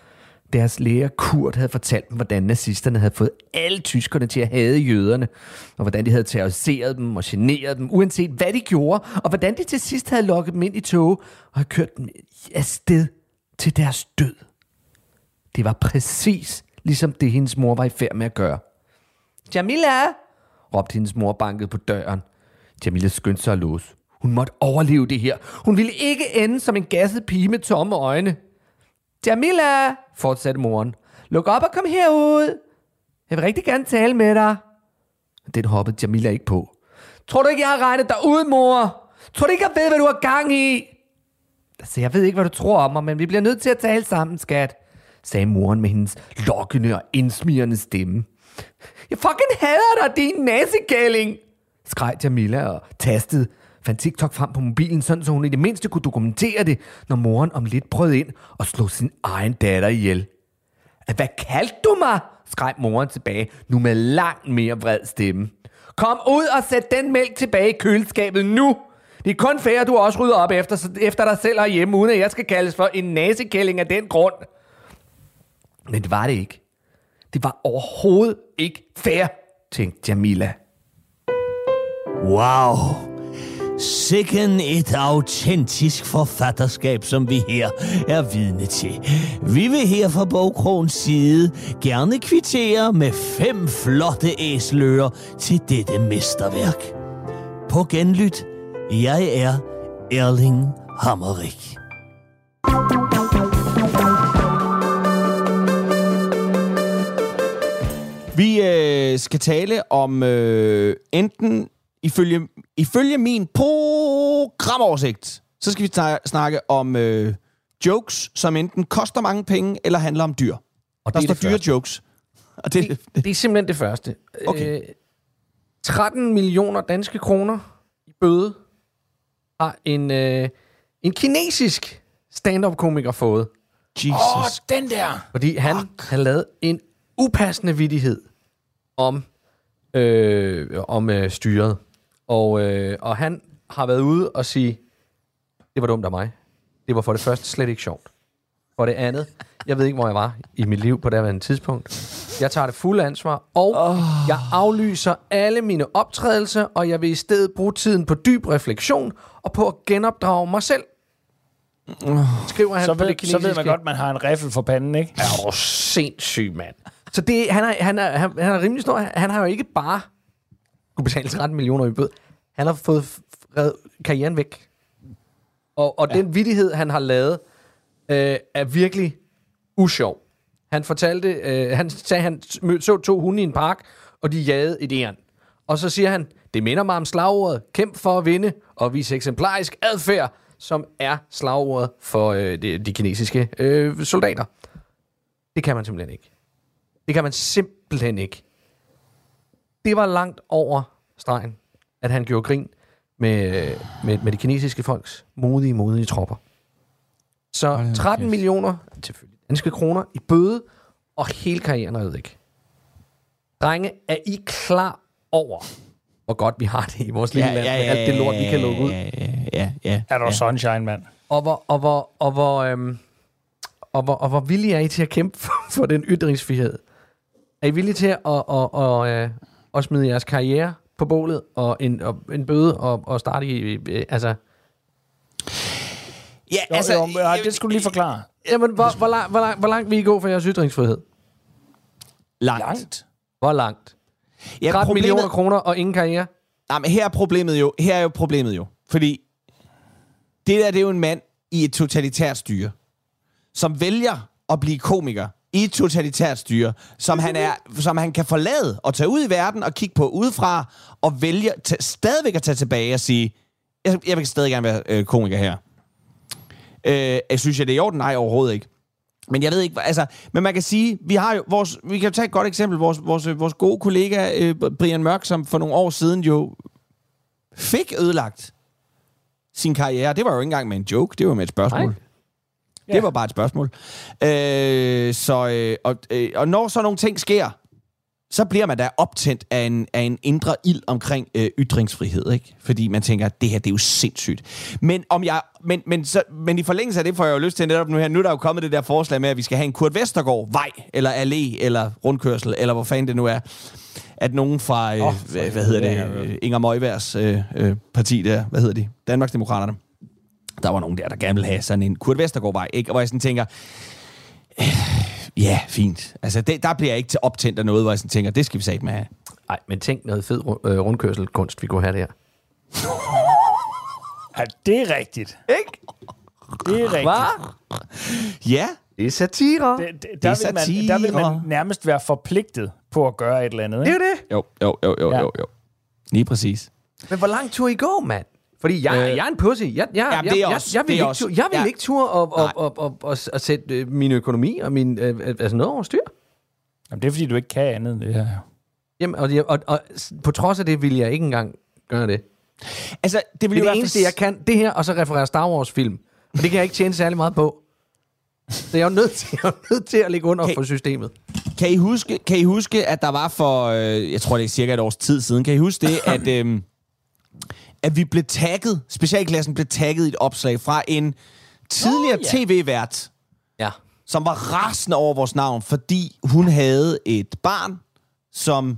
Deres lærer Kurt havde fortalt dem, hvordan nazisterne havde fået alle tyskerne til at hade jøderne, og hvordan de havde terroriseret dem og generet dem, uanset hvad de gjorde, og hvordan de til sidst havde lokket dem ind i tog og havde kørt dem afsted til deres død. Det var præcis ligesom det, hendes mor var i færd med at gøre. Jamila! råbte hendes mor, bankede på døren. Jamila skyndte sig at låse. Hun måtte overleve det her. Hun ville ikke ende som en gasset pige med tomme øjne. Jamila, fortsatte moren. Luk op og kom herud. Jeg vil rigtig gerne tale med dig. Den hoppede Jamila ikke på. Tror du ikke, jeg har regnet dig ud, mor? Tror du ikke, jeg ved, hvad du har gang i? Altså, jeg ved ikke, hvad du tror om mig, men vi bliver nødt til at tale sammen, skat, sagde moren med hendes lokkende og indsmirrende stemme. Jeg fucking hader dig, din nazikælling, skreg Jamila og tastede. Fandt TikTok frem på mobilen, sådan så hun i det mindste kunne dokumentere det, når moren om lidt brød ind og slog sin egen datter ihjel. Hvad kaldte du mig? Skreg moren tilbage, nu med langt mere vred stemme. Kom ud og sæt den mælk tilbage i køleskabet nu. Det er kun fair, at du også rydder op efter dig selv herhjemme, uden at jeg skal kaldes for en nazikælling af den grund. Men det var det ikke. Det var overhovedet ikke fair, tænkte Jamila. Wow! Sikken et autentisk forfatterskab, som vi her er vidne til. Vi vil her fra Bogkrogens side gerne kvittere med 5 flotte æselører til dette mesterværk. På genlyt, jeg er Erling Hammerik. Vi skal tale om enten ifølge min programoversigt, så skal vi snakke om jokes, som enten koster mange penge eller handler om dyr. Og der det står dyre jokes. Og det er simpelthen det første. Okay. 13 millioner danske kroner i bøde har en kinesisk stand-up-komiker fået. Jesus. Den der! Fordi han har lavet en upassende vittighed om styret. Og han har været ude og sige, det var dumt af mig. Det var for det første slet ikke sjovt. For det andet, jeg ved ikke, hvor jeg var i mit liv på det her tidspunkt. Jeg tager det fulde ansvar, og jeg aflyser alle mine optrædelser, og jeg vil i stedet bruge tiden på dyb refleksion og på at genopdrage mig selv. Skriver han på det kinesiske. Så ved man godt, man har en riffel for panden, ikke? Ja, sindssyg, mand. Så det, han er rimelig stor. Han har jo ikke bare kunne betale 13 millioner i bøde. Han har fået karrieren væk. Og den vittighed, han har lavet, er virkelig usjov. Han fortalte, han sagde, han så 2 hunde i en park, og de jagede et æren. Og så siger han, det minder mig om slagordet, kæmp for at vinde, og vis eksemplarisk adfærd, som er slagordet for de kinesiske soldater. Det kan man simpelthen ikke. Det kan man simpelthen ikke. Det var langt over stregen, at han gjorde grin med de kinesiske folks modige tropper. Så 13 millioner danske kroner i bøde, og hele karrieren er væk. Drenge, er I klar over, hvor godt vi har det i vores lille land, med alt det lort, vi kan lukke ud? Ja. Er der sunshine, mand? Og hvor villige er I til at kæmpe for den ytringsfrihed? Er I villige til at smide jeres karriere på bålet og en bøde og starte i altså? Ja, altså... det skulle du lige forklare. Jamen, hvor langt vil I gå for jeres ytringsfrihed? Langt. Hvor langt? Ja, 13 millioner kroner og ingen karriere? Nej, men her er jo problemet jo. Fordi det er jo en mand i et totalitært styre, som vælger at blive komiker i et totalitært styre, som han kan forlade og tage ud i verden og kigge på udefra og vælge stadigvæk at tage tilbage og sige, jeg vil stadig gerne være komiker her. Jeg synes, det er i orden? Nej, overhovedet ikke. Men jeg ved ikke, altså, men man kan sige, vi kan jo tage et godt eksempel, vores gode kollega Brian Mørk, som for nogle år siden jo fik ødelagt sin karriere. Det var jo ikke engang med en joke, det var med et spørgsmål. Nej. Det var bare et spørgsmål. Og når så nogle ting sker, så bliver man da optændt af en indre ild omkring ytringsfrihed, ikke? Fordi man tænker, at det her, det er jo sindssygt. Men i forlængelse af det får jeg jo lyst til netop nu her, nu er der jo kommet det der forslag med, at vi skal have en Kurt Vestergaard vej, eller allé, eller rundkørsel, eller hvor fanden det nu er. At nogen fra, Inger Møjbergs parti der, hvad hedder de? Danmarksdemokraterne. Der var nogen der gerne ville have sådan en Kurt Vestergaard-vej, ikke? Hvor jeg sådan tænker, ja, fint. Altså, der bliver jeg ikke til optændt af noget, hvor jeg sådan tænker, det skal vi satme have. Nej, men tænk noget fed rundkørselkunst, vi kunne have der. Ja, det er rigtigt. Ikke? Det er rigtigt. Hvad? Ja. Det er satire. Der vil man nærmest være forpligtet på at gøre et eller andet, ikke? Det er det. Jo. Lige præcis. Men hvor lang tur I går, mand? Fordi jeg er en pussy. Jeg vil ikke tur og sætte min økonomi og min noget over styr. Jamen, det er fordi, du ikke kan andet end det her. Jamen, og på trods af det vil jeg ikke engang gøre det. Altså, det er det eneste, jeg kan. Det her, og så referere Star Wars-film. Og det kan jeg ikke tjene særlig meget på. Så jeg er jo nødt til at ligge under for systemet. Kan I huske, at der var for, jeg tror det er cirka et års tid siden, kan I huske det, at vi blev tagget, specialklassen blev tagget i et opslag fra en tidligere tv-vært, som var rasende over vores navn, fordi hun havde et barn, som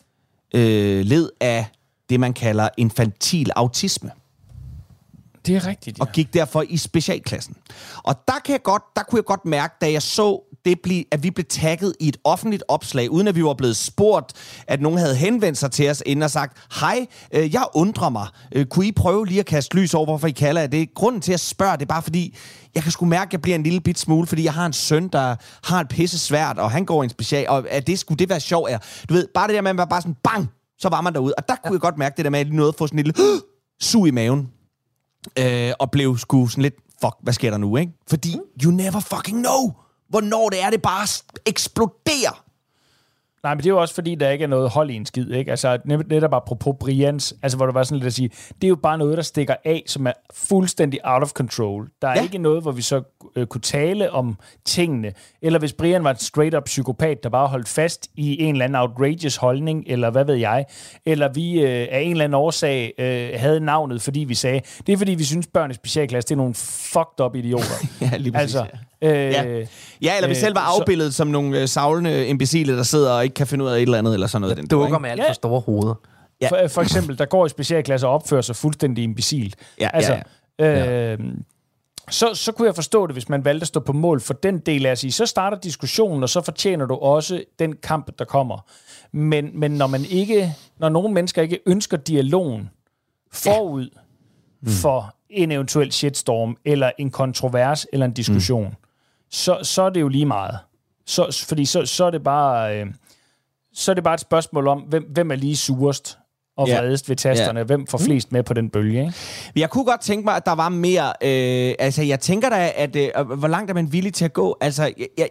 led af det, man kalder infantil autisme. Det er rigtigt, ja. Og gik derfor i specialklassen. Og der kunne jeg godt mærke, da jeg så at vi blev tagget i et offentligt opslag, uden at vi var blevet spurgt, at nogen havde henvendt sig til os inden og sagt, hej, jeg undrer mig. Kunne I prøve lige at kaste lys over, hvorfor I kalder jer det? Grunden til at spørge, det er bare fordi, jeg kan sgu mærke, at jeg bliver en lille bit smule, fordi jeg har en søn, der har et pisse svært, og han går i en special, og skulle det være sjovt? Du ved, bare det der med, at man bare sådan, bang, så var man derude. Og der kunne jeg godt mærke det der med, at jeg nåede at få sådan en lille sug i maven. Og blev sgu sådan lidt, fuck, hvad sker der nu, ikke? Fordi you never fucking know, hvornår det er, det bare eksploderer. Nej, men det er jo også fordi, der ikke er noget hold i en skid, ikke? Altså, netop apropos Brians, altså hvor der var sådan lidt at sige, det er jo bare noget, der stikker af, som er fuldstændig out of control. Der er ikke noget, hvor vi så kunne tale om tingene. Eller hvis Brian var et straight-up psykopat, der bare holdt fast i en eller anden outrageous holdning, eller hvad ved jeg, eller vi af en eller anden årsag havde navnet, fordi vi sagde, det er fordi, vi synes, børn i specialklasse, det er nogle fucked up idioter. Ja, lige præcis, eller vi selv var afbildet som nogle savlende imbecile, der sidder og ikke kan finde ud af et eller andet, eller sådan noget. Det dukker med alt for store hoveder. Ja. For eksempel, der går i specialklasse og opfører sig fuldstændig imbecilt. Så kunne jeg forstå det, hvis man valgte at stå på mål for den del af at sige, så starter diskussionen, og så fortjener du også den kamp, der kommer. Men når nogle mennesker ikke ønsker dialogen forud for en eventuel shitstorm, eller en kontrovers, eller en diskussion, så er det jo lige meget. Fordi så er det bare... så er det bare et spørgsmål om, hvem er lige surest og vredest ved tasterne. Hvem får flest med på den bølge, ikke? Jeg kunne godt tænke mig, at der var mere... jeg tænker da, at... hvor langt er man villig til at gå? Altså,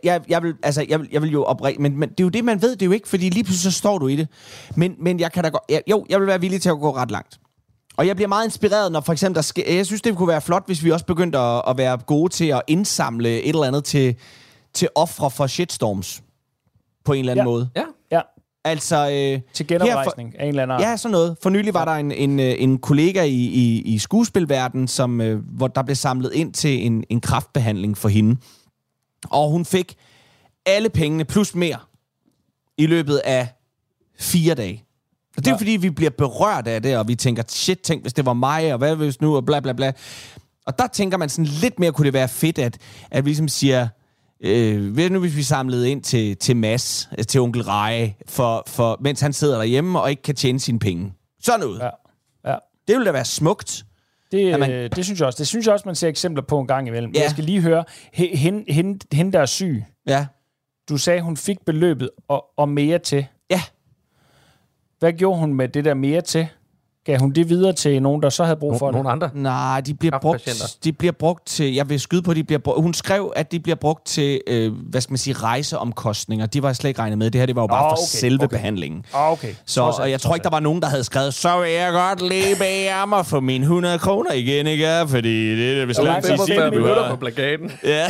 jeg vil jo oprigtigt... Men det er jo det, man ved det jo ikke, fordi lige pludselig så står du i det. Men jeg kan da godt... jeg vil være villig til at gå ret langt. Og jeg bliver meget inspireret, når for eksempel jeg synes, det kunne være flot, hvis vi også begyndte at være gode til at indsamle et eller andet til ofre for shitstorms. På en eller anden måde. Ja. Altså, til genoprejsning af en eller anden art. Ja, sådan noget. For nylig var der en kollega i skuespilverdenen, hvor der blev samlet ind til en kræftbehandling for hende. Og hun fik alle pengene plus mere i løbet af 4 dage. Og det er fordi, vi bliver berørt af det, og vi tænker, shit, tænk hvis det var mig, og hvad hvis nu, og bla bla bla. Og der tænker man sådan lidt mere, kunne det være fedt, at vi ligesom siger... ved nu, hvis vi samlede ind til Mads, til onkel Reje, for mens han sidder derhjemme og ikke kan tjene sine penge. Sådan noget. Ja. Det ville da være smukt. Det synes jeg også. Det synes jeg også, man ser eksempler på en gang imellem. Ja. Jeg skal lige høre, hende der er syg. Ja. Du sagde, hun fik beløbet og mere til. Ja. Hvad gjorde hun med det der mere til? Gav hun det videre til nogen, der så havde brug for det? Nogle andre? Nej, de bliver brugt til... Jeg vil skyde på, at de bliver brugt... Hun skrev, at de bliver brugt til, rejseomkostninger. De var slet ikke regnet med. Det her, det var jo bare for selve behandlingen. Okay. Og jeg tror ikke, der var nogen, der havde skrevet, så vil jeg godt lige bede jer mig for mine 100 kroner igen, ikke? Fordi det er slet ikke sige, 45 minutter på plakaten. Ja.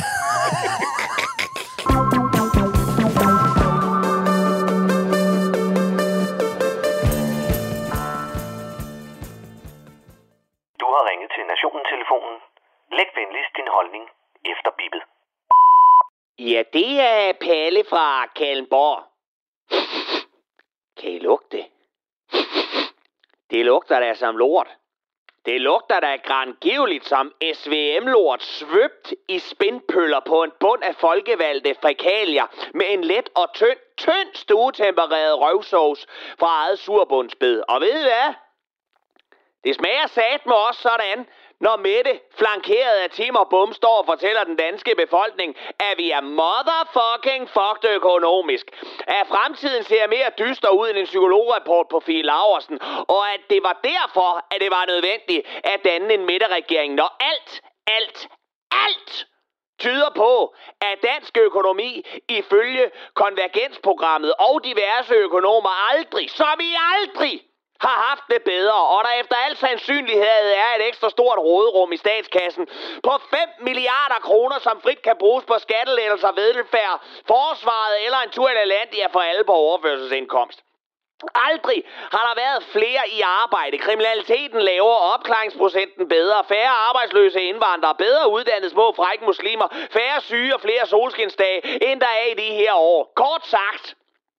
Ja, det er Palle fra Kallenborg. Kan I lugte det? Det lugter da som lort. Det lugter da grangivligt som SVM-lort svøbt i spindpøller på en bund af folkevalgte fækalier med en let og tynd stuetempereret røvsovs fra eget surbundsbed. Og ved I hvad? Det smager satme også sådan, når Mette, flankeret af Tim og Bum, står og fortæller den danske befolkning, at vi er motherfucking fucked økonomisk. At fremtiden ser mere dyster ud end en psykolograpport på Fie Laursen, og at det var derfor, at det var nødvendigt at danne en midterregering, når alt tyder på, at dansk økonomi ifølge konvergensprogrammet og diverse økonomer aldrig har haft det bedre, og der efter al sandsynlighed er et ekstra stort råderum i statskassen på 5 milliarder kroner, som frit kan bruges på skattelettelser, velfærd, forsvaret eller en tur i Lalandia for alle på overførselsindkomst. Aldrig har der været flere i arbejde, kriminaliteten lavere, opklaringsprocenten bedre, færre arbejdsløse indvandrere, bedre uddannede små frække muslimer, færre syge og flere solskinsdage, end der er i de her år. Kort sagt,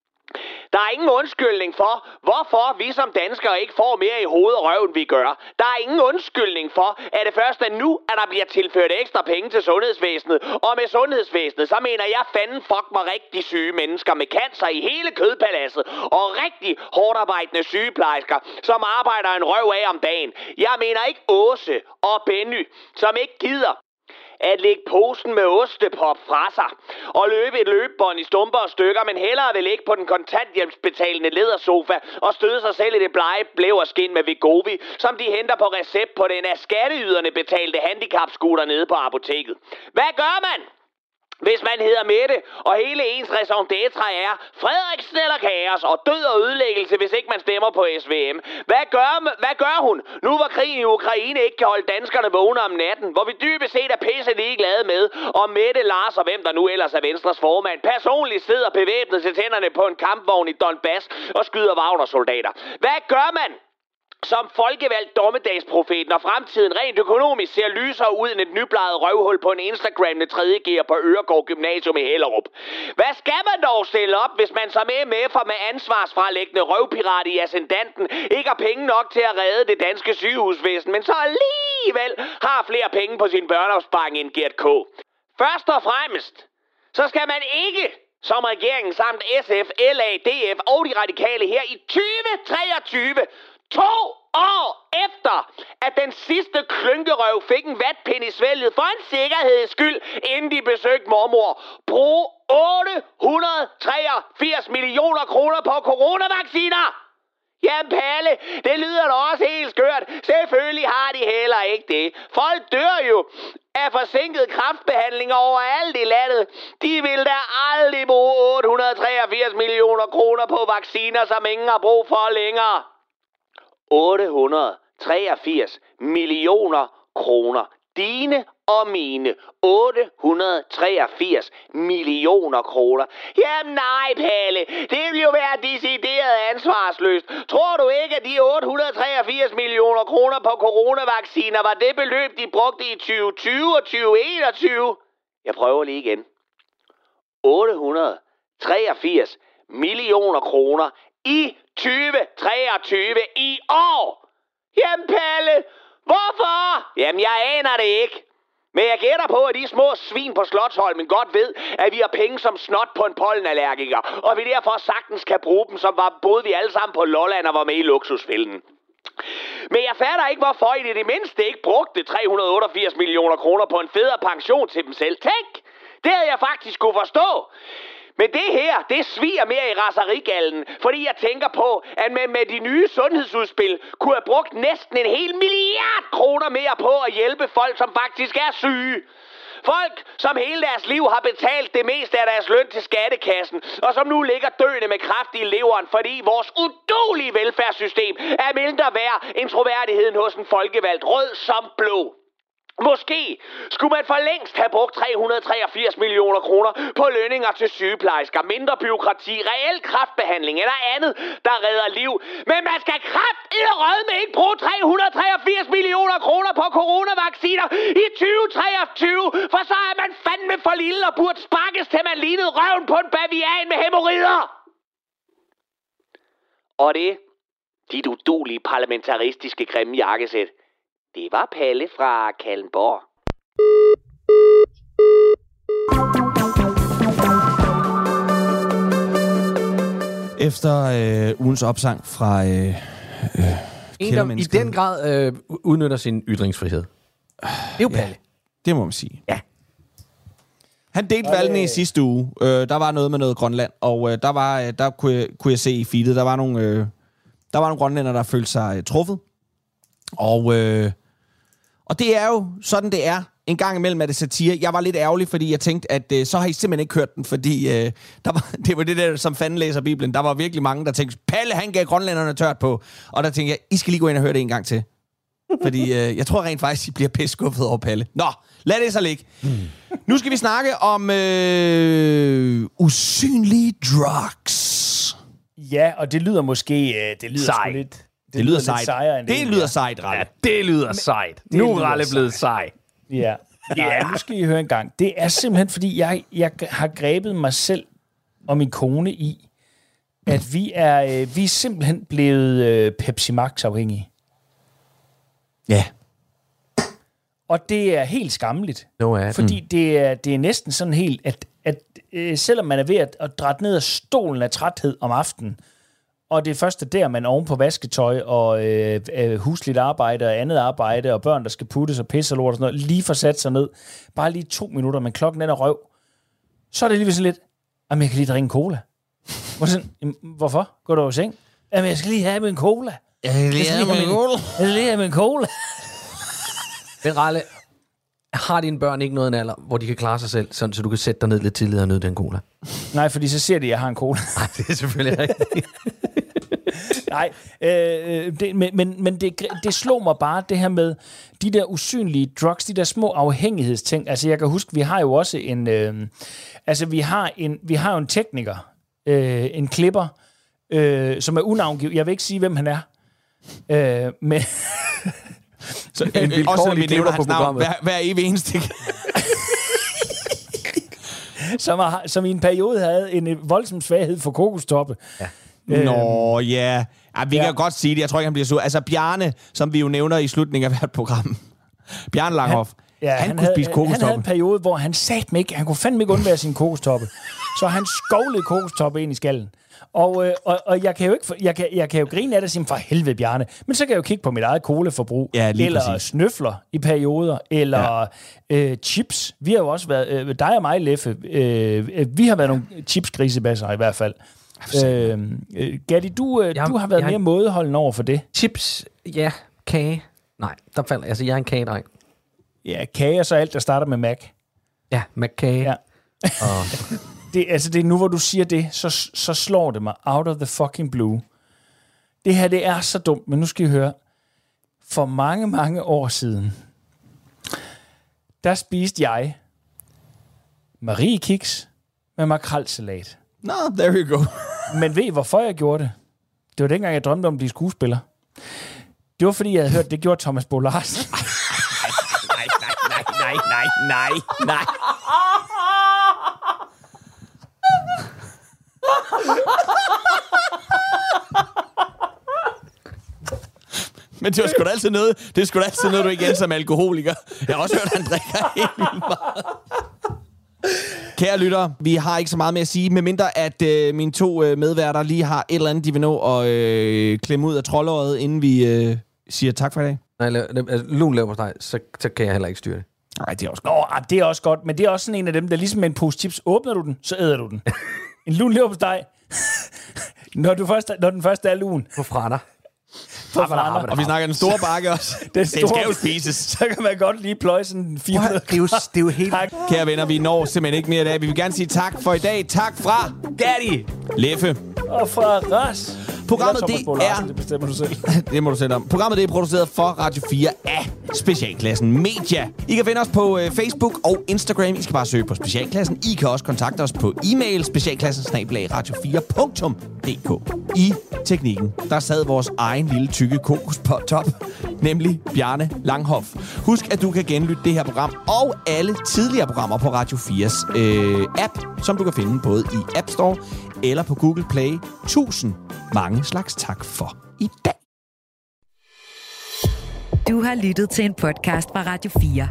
der er ingen undskyldning for, hvorfor vi som danskere ikke får mere i hovedet og røven, vi gør. Der er ingen undskyldning for, at det først er nu, at der bliver tilført ekstra penge til sundhedsvæsenet. Og med sundhedsvæsenet, så mener jeg fanden fuck mig rigtig syge mennesker med cancer i hele kødpaladset. Og rigtig hårdt arbejdende sygeplejersker, som arbejder en røv af om dagen. Jeg mener ikke Åse og Benny, som ikke gider at lægge posen med ostepop fra sig og løbe et løbebånd i stumper og stykker, men hellere vil ligge på den kontanthjælpsbetalende lædersofa og støde sig selv i det blege blæverskin med Wegovy, som de henter på recept på den af skatteyderne betalte handicapscooter nede på apoteket. Hvad gør man, hvis man hedder Mette, og hele ens raison d'être er Frederiksen eller kaos og død og ødelæggelse, hvis ikke man stemmer på SVM? Hvad gør hun, nu hvor krigen i Ukraine ikke kan holde danskerne vågne om natten, hvor vi dybest set er pisse ligeglade med, og Mette, Lars og hvem der nu ellers er Venstres formand, personligt sidder bevæbnet til tænderne på en kampvogn i Donbass og skyder Wagner-soldater? Hvad gør man som folkevalgt dommedagsprofet, når fremtiden rent økonomisk ser lysere ud end et nybladet røvhul på en Instagram med 3. G'er på Øregård Gymnasium i Hellerup? Hvad skal man dog stille op, hvis man som MF'er med ansvarsfralæggende røvpirat i ascendanten ikke har penge nok til at redde det danske sygehusvæsen, men så alligevel har flere penge på sin børneopsparing end Gert K? Først og fremmest, så skal man ikke som regeringen samt SF, LA, DF og de radikale her i 2023, 2 år efter, at den sidste klynkerøv fik en vatpind i svælget for en sikkerheds skyld, inden de besøgte mormor, bruge 883 millioner kroner på coronavacciner. Jamen Palle, det lyder da også helt skørt. Selvfølgelig har de heller ikke det. Folk dør jo af forsinket kræftbehandling overalt i landet. De vil da aldrig bruge 883 millioner kroner på vacciner, som ingen har brug for længere. 883 millioner kroner. Dine og mine 883 millioner kroner. Jamen nej, Palle. Det vil jo være decideret ansvarsløst. Tror du ikke, at de 883 millioner kroner på coronavacciner var det beløb, de brugte i 2020 og 2021? Jeg prøver lige igen. 883 millioner kroner i 2023 i år. Jamen Palle, hvorfor? Jamen jeg aner det ikke. Men jeg gætter på, at de små svin på Slotsholmen godt ved, at vi har penge som snot på en pollenallergiker, og vi derfor sagtens kan bruge dem, som var boede vi alle sammen på Lolland og var med i luksusfælden. Men jeg fatter ikke, hvorfor I det mindste ikke brugte 388 millioner kroner på en federe pension til dem selv. Tænk, det havde jeg faktisk kunne forstå. Men det her, det sviger mere i raserigallen, fordi jeg tænker på, at man med de nye sundhedsudspil kunne have brugt næsten 1 milliard kroner mere på at hjælpe folk, som faktisk er syge. Folk, som hele deres liv har betalt det meste af deres løn til skattekassen, og som nu ligger døende med kræft i leveren, fordi vores uduelige velfærdssystem er mindre værd end troværdigheden hos en folkevalgt rød som blå. Måske skulle man for længst have brugt 383 millioner kroner på lønninger til sygeplejersker, mindre byråkrati, reel kræftbehandling eller andet, der redder liv. Men man skal edderrødme ikke bruge 383 millioner kroner på coronavacciner i 2023, for så er man fandme for lille og burde sparkes til man lignede røven på en bavian med hæmorrider. Og det, dit udulige parlamentaristiske grimme jakkesæt, det var Palle fra Kallenborg. Efter ugens opsang fra en, der i den grad udnytter sin ytringsfrihed. Det er jo Palle. Det må man sige. Ja. Han delte valgene i sidste uge. Der var noget med noget Grønland, og der kunne jeg se i feedet, der var nogle grønlænder, der følte sig truffet. Og det er jo sådan, det er. En gang imellem er det satire. Jeg var lidt ærgerlig, fordi jeg tænkte, at så har I simpelthen ikke hørt den, fordi det var det der, som fanden læser Bibelen. Der var virkelig mange, der tænkte, Palle, han gav grønlænderne tørt på. Og der tænkte jeg, I skal lige gå ind og høre det en gang til. Fordi jeg tror rent faktisk, I bliver pisskuffet over Palle. Nå, lad det så ligge. Nu skal vi snakke om usynlige drugs. Ja, og det lyder måske... det lyder sgu lidt... Det lyder sejt. Sejere, end det lyder sejt, Ralle. Ja, det lyder sejt. Nu er Ralle blevet sej. Ja. Nu skal I høre en gang. Det er simpelthen, fordi jeg har grebet mig selv og min kone i, at vi er simpelthen blevet Pepsi Max-afhængige. Ja. Og det er helt skammeligt. Fordi det er næsten sådan helt, at selvom man er ved at drætte ned af stolen af træthed om aftenen, og det er først der, man oven på vasketøj og husligt arbejde og andet arbejde, og børn, der skal puttes og pisse og lort og sådan noget, lige får sat sig ned, bare lige 2 minutter, men klokken er røv, så er det lige sådan lidt, jamen jeg kan lige drikke en cola. Hvorfor? Går du over seng? Jamen jeg skal lige have min cola. Jeg skal lige have min cola. Men Ralle, har dine børn ikke noget en alder, hvor de kan klare sig selv, sådan, så du kan sætte dig ned lidt tidligere og nyde den cola? Nej, fordi så ser de, at jeg har en cola. Nej, det er selvfølgelig rigtigt. Nej, men det slog mig bare, det her med de der usynlige drugs, de der små afhængighedsting. Altså, jeg kan huske, vi har jo også en... vi har jo en tekniker, en klipper, som er unavngivet. Jeg vil ikke sige, hvem han er. Men... Så en vilkårlig vi nævner hans navn hver evig eneste. som i en periode havde en voldsom svaghed for kokostoppe. Ja. Nå, ja. Vi kan godt sige det. Jeg tror ikke, han bliver sur. Altså, Bjarne, som vi jo nævner i slutningen af hvert program. Bjarne Langhoff. Han kunne spise kokostoppe. Han havde en periode, hvor han satme ikke. Han kunne fandme ikke undvære sin kokostoppe. Så han skovlede kokostoppe ind i skallen. Og jeg kan jo ikke, jeg kan jo grine af det og sige, for helvede Bjarne, men så kan jeg jo kigge på mit eget coleforbrug, eller præcis. Snøfler i perioder, eller chips. Vi har jo også været, dig og mig, Leffe, vi har været nogle chipsgrisebasser i hvert fald. Gatti, du har været mere mådeholden over for det. Chips, ja, kage. Nej, der falder, altså jeg er en kagedreng. Ja, kage og så alt, der starter med Mac. Ja, Mac-kage. Ja. Det er nu, hvor du siger det, så slår det mig out of the fucking blue. Det her, det er så dumt, men nu skal I høre. For mange, mange år siden, der spiste jeg Marie-kiks med makrelsalat. No, there you go. Men ved I, hvorfor jeg gjorde det? Det var dengang, jeg drømte om at blive skuespiller. Det var, fordi jeg havde hørt, det gjorde Thomas Bo Larsen. Nej. Men det var sgu da altid noget, du ikke endte som alkoholiker. Jeg har også hørt, at han drikker helt vildt meget. Kære lyttere, vi har ikke så meget med at sige, medmindre at mine 2 medværter lige har et eller andet, de vil nå at klemme ud af troldåret, inden vi siger tak for i dag. Nej, lun laver på dig, så kan jeg heller ikke styre det. Nej, det er også godt. Det er også godt, men det er også sådan en af dem, der ligesom med en pose chips, åbner du den, så æder du den. En lun lever på dig, når den første er lun. På fratter. Og vi snakker den store bakke også. Den skal jo spises. Så kan man godt lige pløje sådan 400. Det er jo helt... Kære venner, vi når simpelthen ikke mere i dag. Vi vil gerne sige tak for i dag. Tak fra Gatti, Leffe og fra Ras. Programmet, Thomas Bo Larsen, det bestemmer du selv. Det må du selv om. Programmet det er produceret for Radio 4 af Specialklassen Media. I kan finde os på Facebook og Instagram. I skal bare søge på Specialklassen. I kan også kontakte os på e-mail specialklassen@radio4.dk. I teknikken, der sad vores egen lille tykke kokos på top, nemlig Bjarne Langhoff. Husk, at du kan genlytte det her program og alle tidligere programmer på Radio 4's app, som du kan finde både i App Store eller på Google Play. 1000 mange slags tak for i dag. Du har lyttet til en podcast fra Radio 4.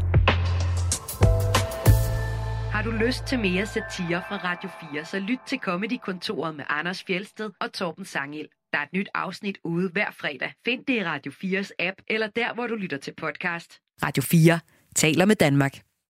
Har du lyst til mere satire fra Radio 4, så lyt til Comedy-kontoret med Anders Fjeldsted og Torben Sangel. Der er et nyt afsnit ude hver fredag. Find det i Radio 4's app, eller der, hvor du lytter til podcast. Radio 4 taler med Danmark.